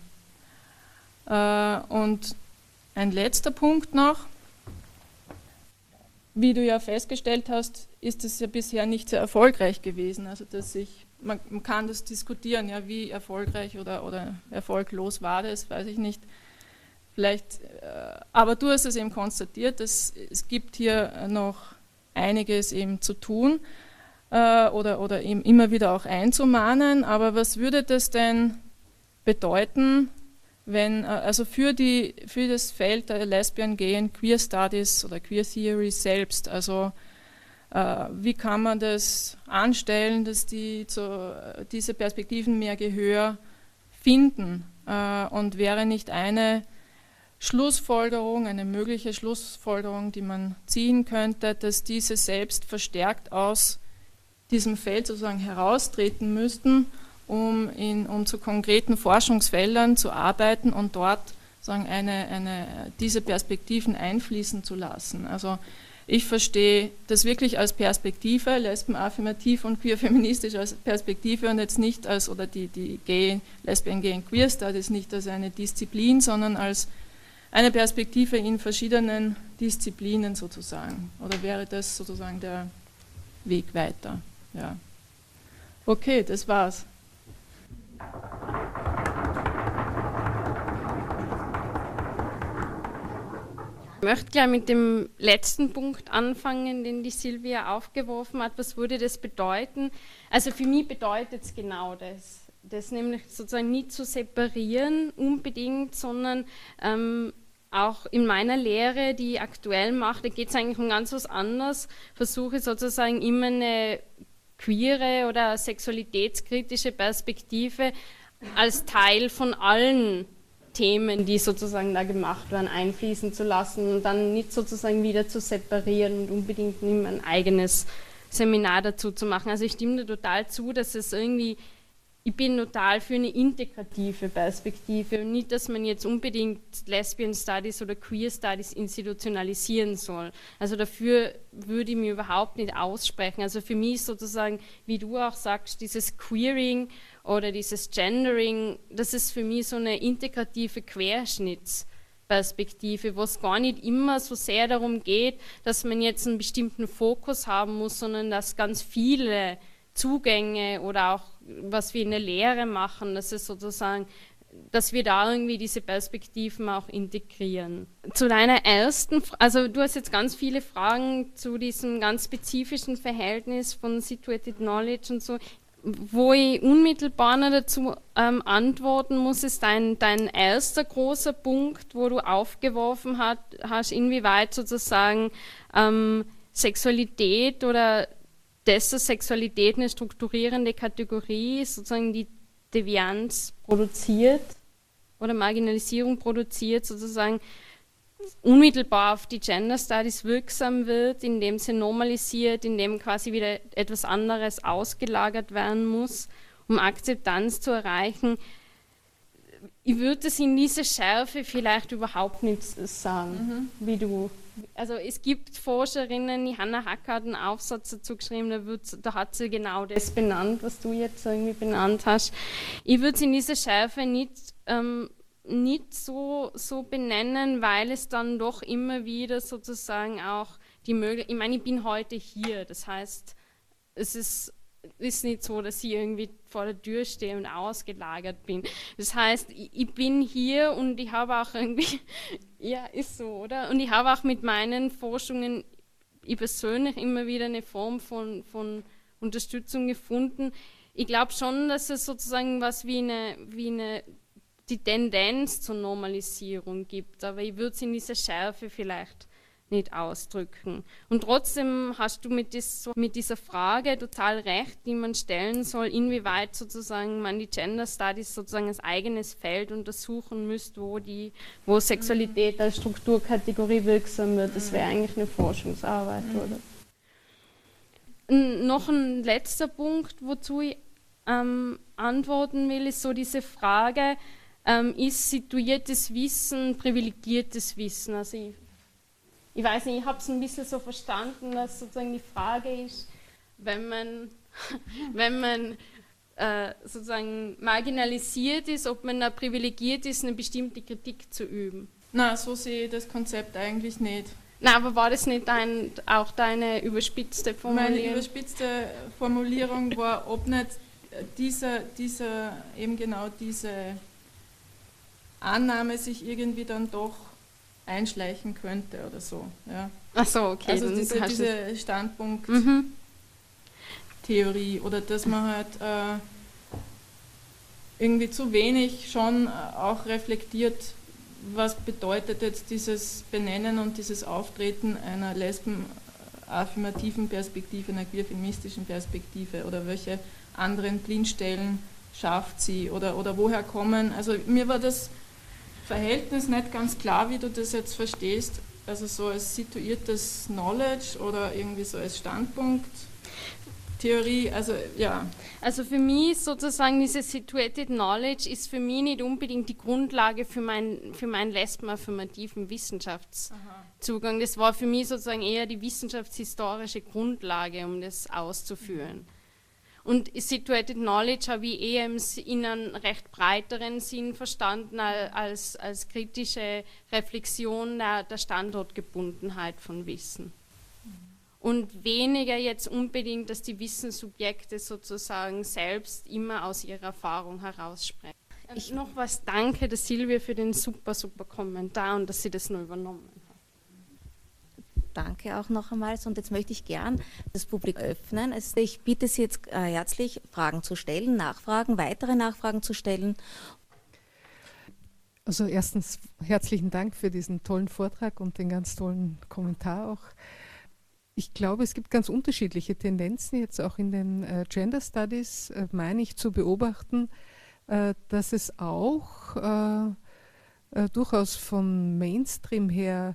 Äh, und ein letzter Punkt noch. Wie du ja festgestellt hast, ist es ja bisher nicht sehr erfolgreich gewesen, also dass sich man, man kann das diskutieren, ja, wie erfolgreich oder, oder erfolglos war das, weiß ich nicht. Vielleicht, äh, aber du hast es eben konstatiert, dass es gibt hier noch einiges eben zu tun äh, oder, oder eben immer wieder auch einzumahnen, aber was würde das denn bedeuten, wenn, äh, also für, die, für das Feld der Lesbian, Gay und Queer Studies oder Queer Theory selbst, also äh, wie kann man das anstellen, dass die zu, diese Perspektiven mehr Gehör finden äh, und wäre nicht eine Schlussfolgerung, eine mögliche Schlussfolgerung, die man ziehen könnte, dass diese selbst verstärkt aus diesem Feld sozusagen heraustreten müssten, um, in, um zu konkreten Forschungsfeldern zu arbeiten und dort sagen, eine, eine, diese Perspektiven einfließen zu lassen. Also ich verstehe das wirklich als Perspektive, lesben-affirmativ und queer-feministisch als Perspektive und jetzt nicht als, oder die, die Gay, Lesbian, Gay und Queer Studies nicht als eine Disziplin, sondern als eine Perspektive in verschiedenen Disziplinen sozusagen. Oder wäre das sozusagen der Weg weiter? Ja. Okay, das war's. Ich möchte gleich mit dem letzten Punkt anfangen, den die Silvia aufgeworfen hat. Was würde das bedeuten? Also für mich bedeutet es genau das. Das nämlich sozusagen nicht zu separieren unbedingt, sondern ähm, auch in meiner Lehre, die ich aktuell mache, da geht es eigentlich um ganz was anderes. Versuche sozusagen immer eine queere oder sexualitätskritische Perspektive als Teil von allen Themen, die sozusagen da gemacht werden, einfließen zu lassen und dann nicht sozusagen wieder zu separieren und unbedingt nicht mehr ein eigenes Seminar dazu zu machen. Also ich stimme da total zu, dass es irgendwie, ich bin total für eine integrative Perspektive und nicht, dass man jetzt unbedingt Lesbian Studies oder Queer Studies institutionalisieren soll. Also dafür würde ich mich überhaupt nicht aussprechen. Also für mich ist sozusagen, wie du auch sagst, dieses Queering oder dieses Gendering, das ist für mich so eine integrative Querschnittsperspektive, wo es gar nicht immer so sehr darum geht, dass man jetzt einen bestimmten Fokus haben muss, sondern dass ganz viele Zugänge oder auch was wir in der Lehre machen, das ist sozusagen, dass wir da irgendwie diese Perspektiven auch integrieren. Zu deiner ersten, also du hast jetzt ganz viele Fragen zu diesem ganz spezifischen Verhältnis von Situated Knowledge und so. Wo ich unmittelbar noch dazu ähm, antworten muss, ist dein, dein erster großer Punkt, wo du aufgeworfen hat, hast, inwieweit sozusagen ähm, Sexualität oder dessen Sexualität eine strukturierende Kategorie ist, sozusagen die Devianz produziert oder Marginalisierung produziert, sozusagen unmittelbar auf die Gender Studies wirksam wird, indem sie normalisiert, indem quasi wieder etwas anderes ausgelagert werden muss, um Akzeptanz zu erreichen. Ich würde es in dieser Schärfe vielleicht überhaupt nicht sagen, mhm. wie du. Also es gibt Forscherinnen, die Hannah Hacker hat einen Aufsatz dazu geschrieben, da, wird, da hat sie genau das benannt, was du jetzt irgendwie benannt hast. Ich würde es in dieser Schärfe nicht, ähm, nicht so, so benennen, weil es dann doch immer wieder sozusagen auch die Möglichkeit, ich meine, ich bin heute hier, das heißt, es ist ist nicht so, dass ich irgendwie vor der Tür stehe und ausgelagert bin. Das heißt, ich, ich bin hier und ich habe auch irgendwie, ja, ist so, oder? Und ich habe auch mit meinen Forschungen, ich persönlich immer wieder eine Form von, von Unterstützung gefunden. Ich glaube schon, dass es sozusagen was wie eine, wie eine, die Tendenz zur Normalisierung gibt, aber ich würde es in dieser Schärfe vielleicht nicht ausdrücken. Und trotzdem hast du mit, dies, mit dieser Frage total recht, die man stellen soll, inwieweit sozusagen man die Gender Studies sozusagen als eigenes Feld untersuchen müsste, wo, die, wo Sexualität als Strukturkategorie wirksam wird. Das wäre eigentlich eine Forschungsarbeit, oder? Noch ein letzter Punkt, wozu ich ähm, antworten will, ist so diese Frage, ähm, ist situiertes Wissen privilegiertes Wissen? Also ich Ich weiß nicht, ich habe es ein bisschen so verstanden, dass sozusagen die Frage ist, wenn man, wenn man äh, sozusagen marginalisiert ist, ob man da privilegiert ist, eine bestimmte Kritik zu üben. Na, so sehe ich das Konzept eigentlich nicht. Na, aber war das nicht dein, auch deine überspitzte Formulierung? Meine überspitzte Formulierung war, ob nicht dieser, dieser, eben genau diese Annahme sich irgendwie dann doch einschleichen könnte oder so. Ja. Ach so, okay. Also diese, diese Standpunkttheorie, mhm. oder dass man halt äh, irgendwie zu wenig schon auch reflektiert, was bedeutet jetzt dieses Benennen und dieses Auftreten einer lesben-affirmativen Perspektive, einer queer-feministischen Perspektive, oder welche anderen Blindstellen schafft sie oder, oder woher kommen. Also mir war das Verhältnis nicht ganz klar, wie du das jetzt verstehst, also so als situiertes Knowledge oder irgendwie so als Standpunkttheorie, also ja. Also für mich sozusagen diese Situated Knowledge ist für mich nicht unbedingt die Grundlage für, mein, für meinen lesben-affirmativen Wissenschaftszugang. Aha. Das war für mich sozusagen eher die wissenschaftshistorische Grundlage, um das auszuführen. Mhm. Und Situated Knowledge habe ich eher in einem recht breiteren Sinn verstanden als, als kritische Reflexion der, der Standortgebundenheit von Wissen. Und weniger jetzt unbedingt, dass die Wissenssubjekte sozusagen selbst immer aus ihrer Erfahrung heraussprechen. Ich noch was danke der Silvia für den super, super Kommentar und dass sie das noch übernommen hat. Danke auch noch einmal. Und jetzt möchte ich gern das Publikum öffnen. Also ich bitte Sie jetzt äh, herzlich, Fragen zu stellen, Nachfragen, weitere Nachfragen zu stellen. Also erstens herzlichen Dank für diesen tollen Vortrag und den ganz tollen Kommentar auch. Ich glaube, es gibt ganz unterschiedliche Tendenzen, jetzt auch in den äh, Gender Studies, äh, meine ich, zu beobachten, äh, dass es auch äh, äh, durchaus vom Mainstream her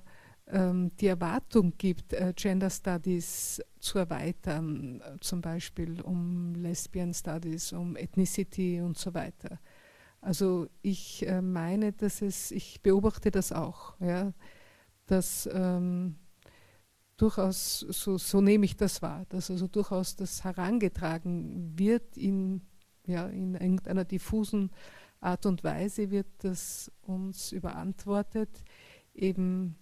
die Erwartung gibt, äh, Gender Studies zu erweitern, äh, zum Beispiel um Lesbian Studies, um Ethnicity und so weiter. Also ich äh, meine, dass es, ich beobachte das auch, ja, dass ähm, durchaus, so, so nehme ich das wahr, dass also durchaus das herangetragen wird in, ja, in irgendeiner diffusen Art und Weise, wird das uns überantwortet, eben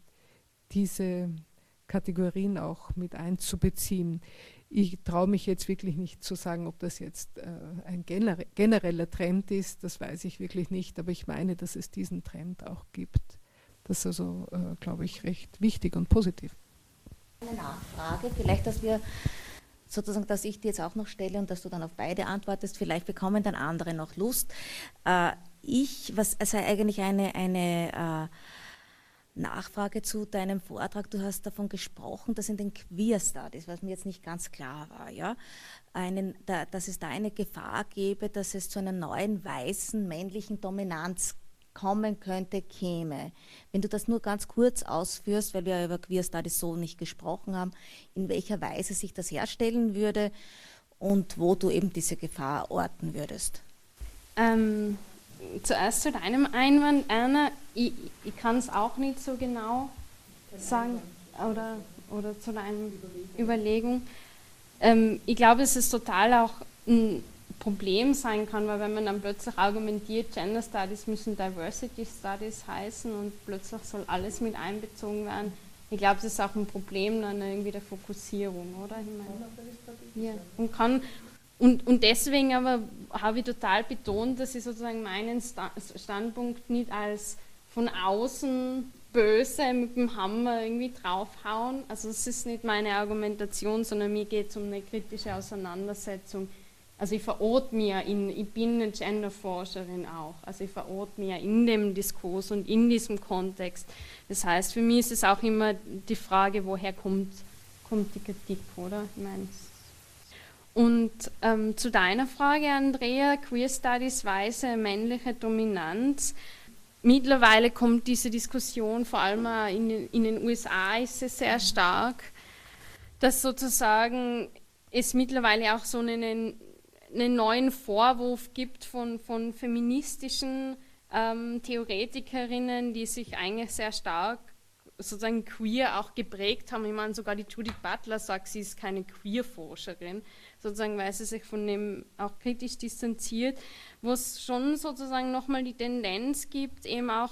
diese Kategorien auch mit einzubeziehen. Ich traue mich jetzt wirklich nicht zu sagen, ob das jetzt äh, ein gener- genereller Trend ist, das weiß ich wirklich nicht, aber ich meine, dass es diesen Trend auch gibt. Das ist also, äh, glaube ich, recht wichtig und positiv. Eine Nachfrage, vielleicht, dass wir sozusagen, dass ich dir jetzt auch noch stelle und dass du dann auf beide antwortest, vielleicht bekommen dann andere noch Lust. Äh, ich, was also eigentlich eine, eine äh, Nachfrage zu deinem Vortrag. Du hast davon gesprochen, dass in den Queer Studies, was mir jetzt nicht ganz klar war, ja, einen, da, dass es da eine Gefahr gäbe, dass es zu einer neuen weißen männlichen Dominanz kommen könnte, käme. Wenn du das nur ganz kurz ausführst, weil wir über Queer Studies so nicht gesprochen haben, in welcher Weise sich das herstellen würde und wo du eben diese Gefahr orten würdest. Ähm. Zuerst zu deinem Einwand, Erna, ich, ich kann es auch nicht so genau sagen, oder, oder zu deiner Überlegung. Ähm, ich glaube, dass es total auch ein Problem sein kann, weil wenn man dann plötzlich argumentiert, Gender Studies müssen Diversity Studies heißen und plötzlich soll alles mit einbezogen werden. Ich glaube, das ist auch ein Problem dann irgendwie der Fokussierung, oder? Ich meine, ja, und kann... Und, und deswegen aber habe ich total betont, dass ich sozusagen meinen Sta- Standpunkt nicht als von außen böse mit dem Hammer irgendwie draufhauen. Also das ist nicht meine Argumentation, sondern mir geht es um eine kritische Auseinandersetzung. Also ich verorte mir in, ich bin eine Genderforscherin auch, also ich verorte mir in dem Diskurs und in diesem Kontext. Das heißt, für mich ist es auch immer die Frage, woher kommt, kommt die Kritik, oder? Ich meine, und ähm, zu deiner Frage, Andrea, Queer Studies, weiße männliche Dominanz. Mittlerweile kommt diese Diskussion, vor allem in, in den U S A ist es sehr stark, dass sozusagen es mittlerweile auch so einen, einen neuen Vorwurf gibt von, von feministischen ähm, Theoretikerinnen, die sich eigentlich sehr stark sozusagen queer auch geprägt haben. Ich meine, sogar die Judith Butler sagt, sie ist keine Queer-Forscherin, sozusagen, weil sie sich von dem auch kritisch distanziert, wo es schon sozusagen nochmal die Tendenz gibt, eben auch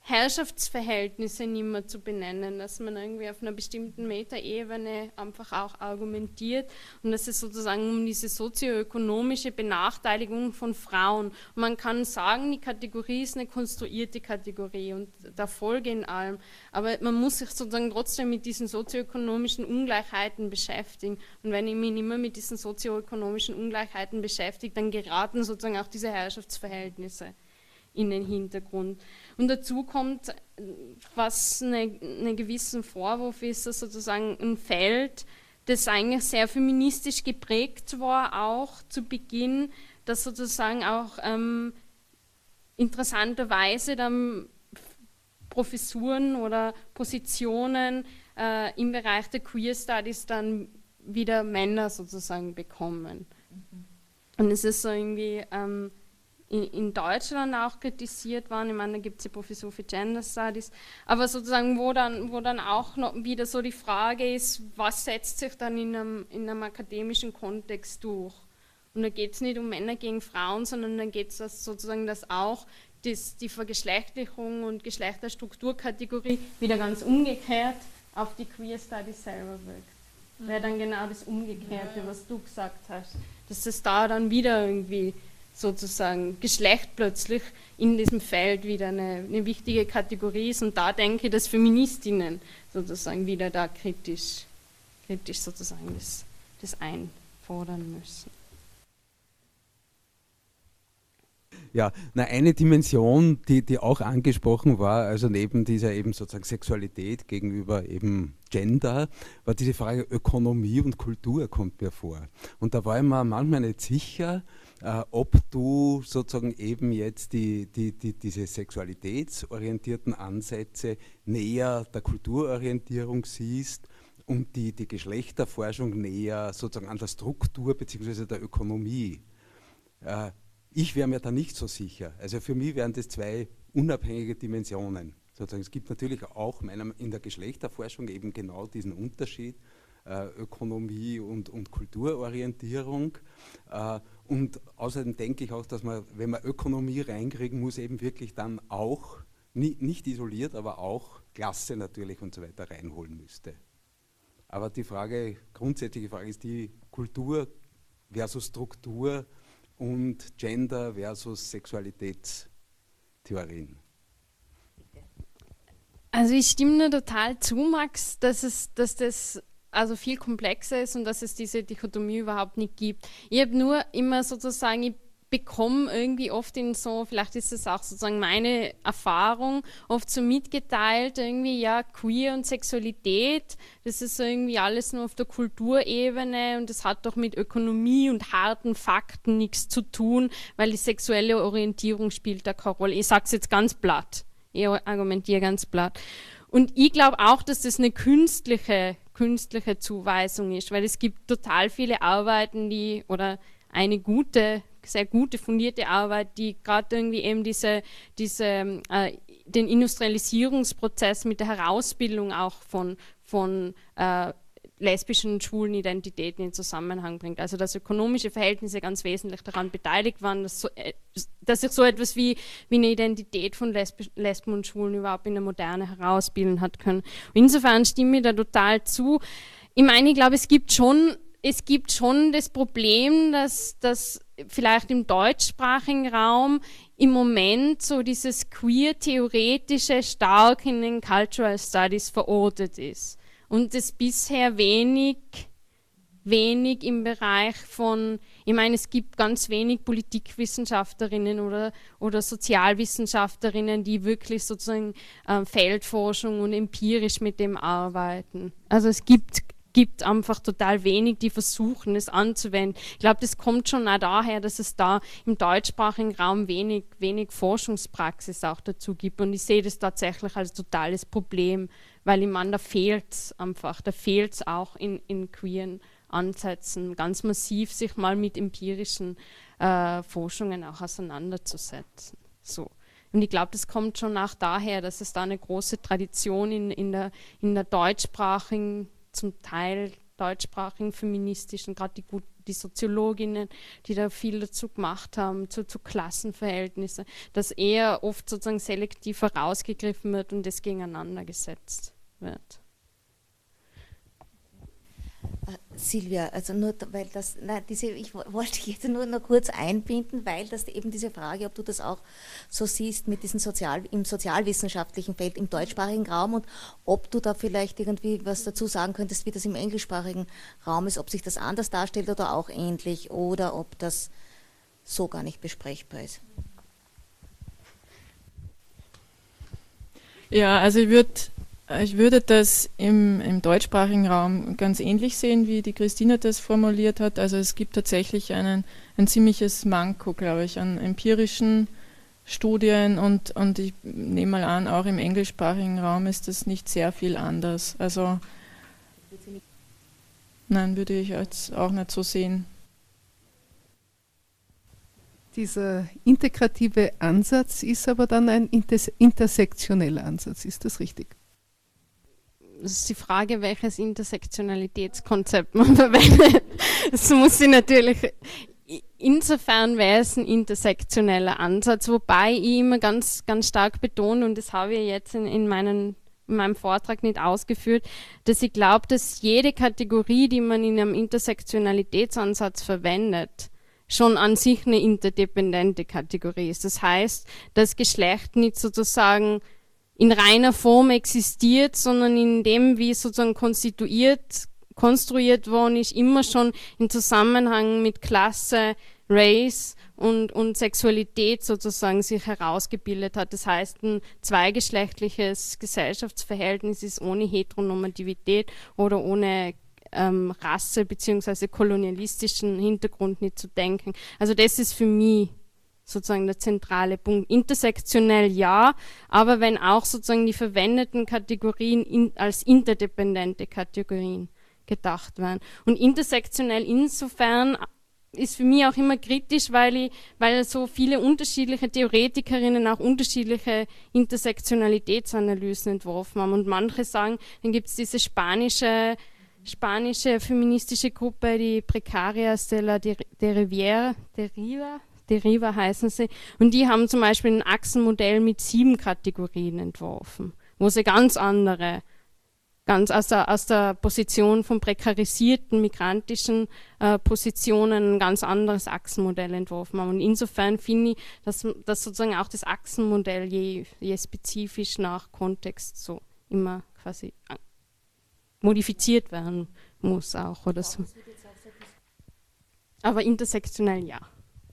Herrschaftsverhältnisse nicht mehr zu benennen, dass man irgendwie auf einer bestimmten Metaebene einfach auch argumentiert und dass es sozusagen um diese sozioökonomische Benachteiligung von Frauen. Und man kann sagen, die Kategorie ist eine konstruierte Kategorie und der Folge in allem, aber man muss sich sozusagen trotzdem mit diesen sozioökonomischen Ungleichheiten beschäftigen. Und wenn ich mich nicht mehr mit diesen sozioökonomischen Ungleichheiten beschäftige, dann geraten sozusagen auch diese Herrschaftsverhältnisse in den Hintergrund. Und dazu kommt, was einen eine gewissen Vorwurf ist, dass sozusagen ein Feld, das eigentlich sehr feministisch geprägt war, auch zu Beginn, dass sozusagen auch ähm, interessanterweise dann Professuren oder Positionen äh, im Bereich der Queer Studies dann wieder Männer sozusagen bekommen. Mhm. Und es ist so irgendwie ähm, in Deutschland auch kritisiert waren. Ich meine, da gibt es die Professur für Gender Studies, aber sozusagen, wo dann, wo dann auch noch wieder so die Frage ist, was setzt sich dann in einem, in einem akademischen Kontext durch? Und da geht es nicht um Männer gegen Frauen, sondern dann geht es sozusagen, dass auch das, die Vergeschlechtlichung und Geschlechterstrukturkategorie wieder ganz umgekehrt auf die Queer Studies selber wirkt. Wäre dann genau das Umgekehrte, was du gesagt hast, dass es da dann wieder irgendwie sozusagen Geschlecht plötzlich in diesem Feld wieder eine, eine wichtige Kategorie ist. Und da denke ich, dass Feministinnen sozusagen wieder da kritisch, kritisch sozusagen das, das einfordern müssen. Ja, na, eine Dimension, die, die auch angesprochen war, also neben dieser eben sozusagen Sexualität gegenüber eben Gender, war diese Frage Ökonomie und Kultur kommt mir vor. Und da war ich mir manchmal nicht sicher, äh, ob du sozusagen eben jetzt die, die, die, diese sexualitätsorientierten Ansätze näher der Kulturorientierung siehst und die, die Geschlechterforschung näher sozusagen an der Struktur bzw. der Ökonomie. Äh, Ich wäre mir da nicht so sicher. Also für mich wären das zwei unabhängige Dimensionen. Sozusagen. Es gibt natürlich auch meiner, in der Geschlechterforschung eben genau diesen Unterschied, äh, Ökonomie und, und Kulturorientierung. Äh, und außerdem denke ich auch, dass man, wenn man Ökonomie reinkriegen muss, eben wirklich dann auch, nie, nicht isoliert, aber auch Klasse natürlich und so weiter reinholen müsste. Aber die Frage, grundsätzliche Frage ist die Kultur versus Struktur und Gender versus Sexualitätstheorien. Also ich stimme dir total zu, Max, dass, es, dass das also viel komplexer ist und dass es diese Dichotomie überhaupt nicht gibt. Ich habe nur immer sozusagen, ich bekomme irgendwie oft in so, vielleicht ist es auch sozusagen meine Erfahrung, oft so mitgeteilt, irgendwie, ja, Queer und Sexualität, das ist so irgendwie alles nur auf der Kulturebene und das hat doch mit Ökonomie und harten Fakten nichts zu tun, weil die sexuelle Orientierung spielt da keine Rolle. Ich sage es jetzt ganz platt, ich argumentiere ganz platt. Und ich glaube auch, dass das eine künstliche, künstliche Zuweisung ist, weil es gibt total viele Arbeiten, die, oder eine gute, sehr gute, fundierte Arbeit, die gerade irgendwie eben diese, diese, äh, den Industrialisierungsprozess mit der Herausbildung auch von, von äh, lesbischen und schwulen Identitäten in Zusammenhang bringt. Also dass ökonomische Verhältnisse ganz wesentlich daran beteiligt waren, dass, so, äh, dass sich so etwas wie, wie eine Identität von Lesb Lesben und Schwulen überhaupt in der Moderne herausbilden hat können. Und insofern stimme ich da total zu. Ich meine, ich glaube, es gibt schon Es gibt schon das Problem, dass, dass vielleicht im deutschsprachigen Raum im Moment so dieses Queer-Theoretische stark in den Cultural Studies verortet ist. Und es bisher wenig, wenig im Bereich von, ich meine, es gibt ganz wenig Politikwissenschaftlerinnen oder, oder Sozialwissenschaftlerinnen, die wirklich sozusagen äh, Feldforschung und empirisch mit dem arbeiten. Also es gibt gibt einfach total wenig, die versuchen, es anzuwenden. Ich glaube, das kommt schon auch daher, dass es da im deutschsprachigen Raum wenig, wenig Forschungspraxis auch dazu gibt. Und ich sehe das tatsächlich als totales Problem, weil ich meine, da fehlt es einfach, da fehlt es auch in, in queeren Ansätzen, ganz massiv sich mal mit empirischen äh, Forschungen auch auseinanderzusetzen. So. Und ich glaube, das kommt schon auch daher, dass es da eine große Tradition in, in, der, in der deutschsprachigen zum Teil deutschsprachigen feministischen, gerade die die Soziologinnen, die da viel dazu gemacht haben, zu, zu Klassenverhältnissen, dass eher oft sozusagen selektiv herausgegriffen wird und das gegeneinander gesetzt wird. Silvia, also nur weil das, nein, diese, ich wollte jetzt nur, nur kurz einbinden, weil das eben diese Frage, ob du das auch so siehst mit diesem Sozial, im sozialwissenschaftlichen Feld, im deutschsprachigen Raum und ob du da vielleicht irgendwie was dazu sagen könntest, wie das im englischsprachigen Raum ist, ob sich das anders darstellt oder auch ähnlich oder ob das so gar nicht besprechbar ist. Ja, also ich würde Ich würde das im, im deutschsprachigen Raum ganz ähnlich sehen, wie die Christina das formuliert hat. Also es gibt tatsächlich einen, ein ziemliches Manko, glaube ich, an empirischen Studien und, und ich nehme mal an, auch im englischsprachigen Raum ist das nicht sehr viel anders. Also nein, würde ich jetzt auch nicht so sehen. Dieser integrative Ansatz ist aber dann ein inters- intersektioneller Ansatz, ist das richtig? Das ist die Frage, welches Intersektionalitätskonzept man verwendet. Das muss ich natürlich, insofern wäre es ein intersektioneller Ansatz, wobei ich immer ganz, ganz stark betone, und das habe ich jetzt in, in, meinen, in meinem Vortrag nicht ausgeführt, dass ich glaube, dass jede Kategorie, die man in einem Intersektionalitätsansatz verwendet, schon an sich eine interdependente Kategorie ist. Das heißt, dass Geschlecht nicht sozusagen in reiner Form existiert, sondern in dem, wie es sozusagen konstituiert, konstruiert worden ist, immer schon im Zusammenhang mit Klasse, Race und, und Sexualität sozusagen sich herausgebildet hat. Das heißt, ein zweigeschlechtliches Gesellschaftsverhältnis ist ohne Heteronormativität oder ohne ähm, Rasse bzw. kolonialistischen Hintergrund nicht zu denken. Also das ist für mich sozusagen der zentrale Punkt. Intersektionell ja, aber wenn auch sozusagen die verwendeten Kategorien in, als interdependente Kategorien gedacht werden. Und intersektionell insofern ist für mich auch immer kritisch, weil, ich, weil so viele unterschiedliche Theoretikerinnen auch unterschiedliche Intersektionalitätsanalysen entworfen haben. Und manche sagen, dann gibt es diese spanische, spanische feministische Gruppe, die Precarias de la de, de Riviera, de Riva, Deriva heißen sie, und die haben zum Beispiel ein Achsenmodell mit sieben Kategorien entworfen, wo sie ganz andere, ganz aus der, aus der Position von prekarisierten migrantischen äh, Positionen ein ganz anderes Achsenmodell entworfen haben. Und insofern finde ich, dass, dass sozusagen auch das Achsenmodell je, je spezifisch nach Kontext so immer quasi modifiziert werden muss auch oder so. Aber intersektionell ja.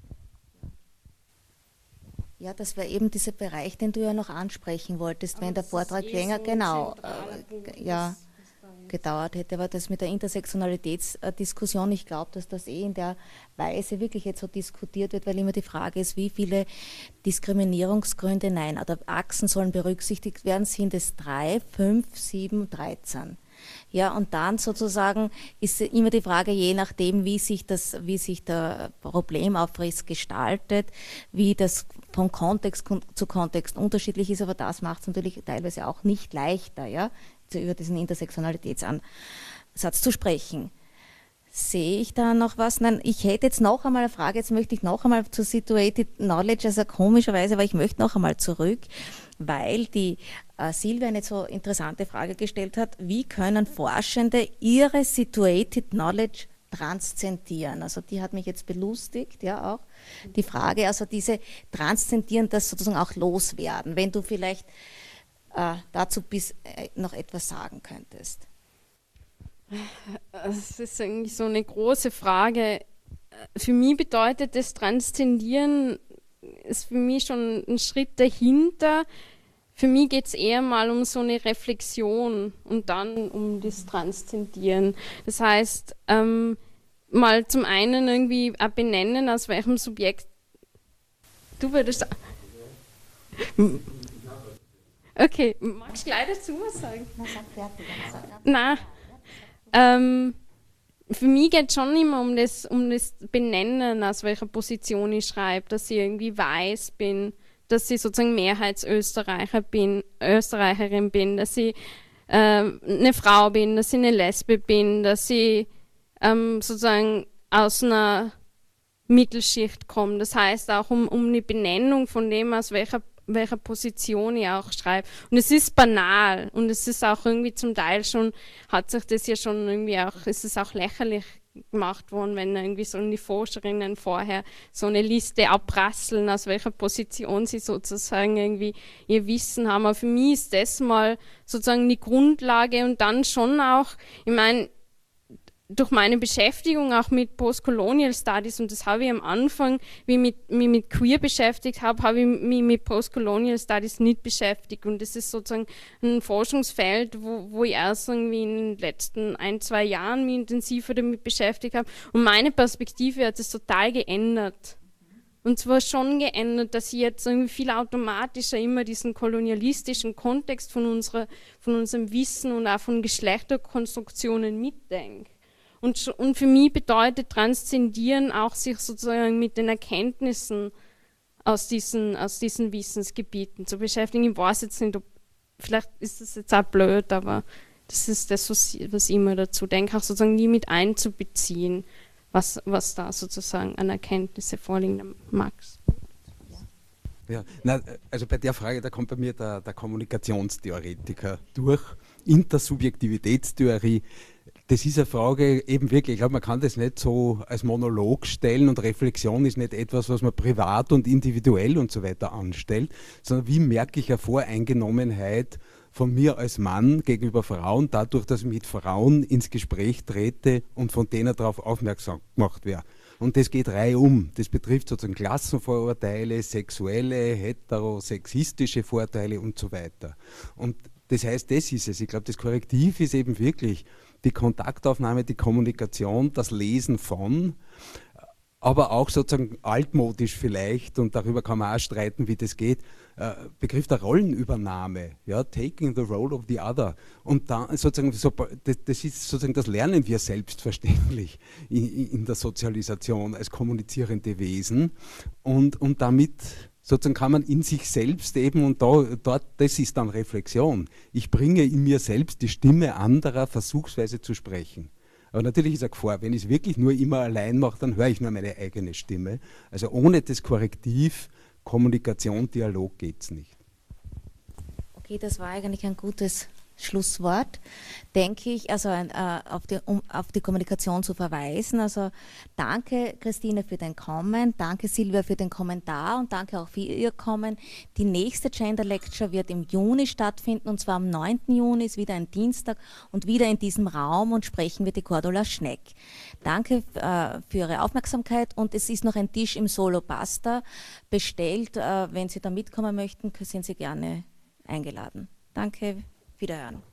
Ja, das wäre eben dieser Bereich, den du ja noch ansprechen wolltest, aber wenn der Vortrag eh länger, so genau, äh, ja, gedauert hätte. Aber das mit der Intersektionalitätsdiskussion, ich glaube, dass das eh in der Weise wirklich jetzt so diskutiert wird, weil immer die Frage ist, wie viele Diskriminierungsgründe, nein, oder Achsen sollen berücksichtigt werden, sind es drei, fünf, sieben, dreizehn. Ja, und dann sozusagen ist immer die Frage, je nachdem, wie sich das, wie sich der Problemaufriss gestaltet, wie das von Kontext zu Kontext unterschiedlich ist, aber das macht es natürlich teilweise auch nicht leichter, ja, über diesen Intersektionalitätsansatz zu sprechen. Sehe ich da noch was? Nein, ich hätte jetzt noch einmal eine Frage, jetzt möchte ich noch einmal zu Situated Knowledge, also komischerweise, aber ich möchte noch einmal zurück, weil die äh, Silvia eine so interessante Frage gestellt hat, wie können Forschende ihre Situated Knowledge transzendieren? Also die hat mich jetzt belustigt, ja auch, die Frage, also diese transzendieren, das sozusagen auch loswerden, wenn du vielleicht äh, dazu bis, äh, noch etwas sagen könntest. Das ist eigentlich so eine große Frage. Für mich bedeutet das Transzendieren, ist für mich schon ein Schritt dahinter. Für mich geht es eher mal um so eine Reflexion und dann um das Transzendieren. Das heißt, ähm, mal zum einen irgendwie auch benennen, aus welchem Subjekt du würdest. Okay, magst du gleich dazu was sagen? Na, sag fertig. Sag Nein. Ähm, für mich geht es schon immer um das, um das Benennen, aus welcher Position ich schreibe, dass ich irgendwie weiß bin, dass ich sozusagen Mehrheitsösterreicher bin, Österreicherin bin, dass ich äh, eine Frau bin, dass ich eine Lesbe bin, dass ich ähm, sozusagen aus einer Mittelschicht komme. Das heißt auch um, um eine Benennung von dem, aus welcher, welcher Position ich auch schreibe. Und es ist banal und es ist auch irgendwie zum Teil schon, hat sich das ja schon irgendwie auch, ist es auch lächerlich gemacht worden, wenn irgendwie so die Forscherinnen vorher so eine Liste abrasseln, aus welcher Position sie sozusagen irgendwie ihr Wissen haben. Aber für mich ist das mal sozusagen die Grundlage und dann schon auch, ich meine, durch meine Beschäftigung auch mit Postcolonial Studies, und das habe ich am Anfang, wie ich mit, mich mit Queer beschäftigt habe, habe ich mich mit Postcolonial Studies nicht beschäftigt. Und das ist sozusagen ein Forschungsfeld, wo, wo ich erst irgendwie in den letzten ein, zwei Jahren mich intensiver damit beschäftigt habe. Und meine Perspektive hat es total geändert. Und zwar schon geändert, dass ich jetzt irgendwie viel automatischer immer diesen kolonialistischen Kontext von, unserer, von unserem Wissen und auch von Geschlechterkonstruktionen mitdenke. Und, und für mich bedeutet Transzendieren auch, sich sozusagen mit den Erkenntnissen aus diesen, aus diesen Wissensgebieten zu beschäftigen. Ich weiß jetzt nicht, ob, vielleicht ist das jetzt auch blöd, aber das ist das, was, was ich immer dazu denke, auch sozusagen nie mit einzubeziehen, was, was da sozusagen an Erkenntnisse vorliegen. Max? Ja, na, also bei der Frage, da kommt bei mir der, der Kommunikationstheoretiker durch, Intersubjektivitätstheorie. Das ist eine Frage eben wirklich, ich glaube, man kann das nicht so als Monolog stellen und Reflexion ist nicht etwas, was man privat und individuell und so weiter anstellt, sondern wie merke ich eine Voreingenommenheit von mir als Mann gegenüber Frauen, dadurch, dass ich mit Frauen ins Gespräch trete und von denen darauf aufmerksam gemacht werde. Und das geht reihum. Das betrifft sozusagen Klassenvorurteile, sexuelle, heterosexistische Vorteile und so weiter. Und das heißt, das ist es. Ich glaube, das Korrektiv ist eben wirklich die Kontaktaufnahme, die Kommunikation, das Lesen von, aber auch sozusagen altmodisch vielleicht, und darüber kann man auch streiten, wie das geht, äh, Begriff der Rollenübernahme, ja, taking the role of the other. Und dann sozusagen, so, das, das ist sozusagen, das lernen wir selbstverständlich in, in der Sozialisation als kommunizierende Wesen und, und damit sozusagen kann man in sich selbst eben, und da, dort, das ist dann Reflexion. Ich bringe in mir selbst die Stimme anderer versuchsweise zu sprechen. Aber natürlich ist eine Gefahr, wenn ich es wirklich nur immer allein mache, dann höre ich nur meine eigene Stimme. Also ohne das Korrektiv, Kommunikation, Dialog geht es nicht. Okay, das war eigentlich ein gutes Schlusswort, denke ich, also äh, auf, die, um auf die Kommunikation zu verweisen. Also danke Christine für dein Kommen, danke Silvia für den Kommentar und danke auch für ihr Kommen. Die nächste Gender Lecture wird im Juni stattfinden, und zwar am neunten Juni, ist wieder ein Dienstag, und wieder in diesem Raum, und sprechen wir die Cordula Schneck. Danke äh, für Ihre Aufmerksamkeit, und es ist noch ein Tisch im Solo Pasta bestellt. Äh, wenn Sie da mitkommen möchten, sind Sie gerne eingeladen. Danke. Wiederhören.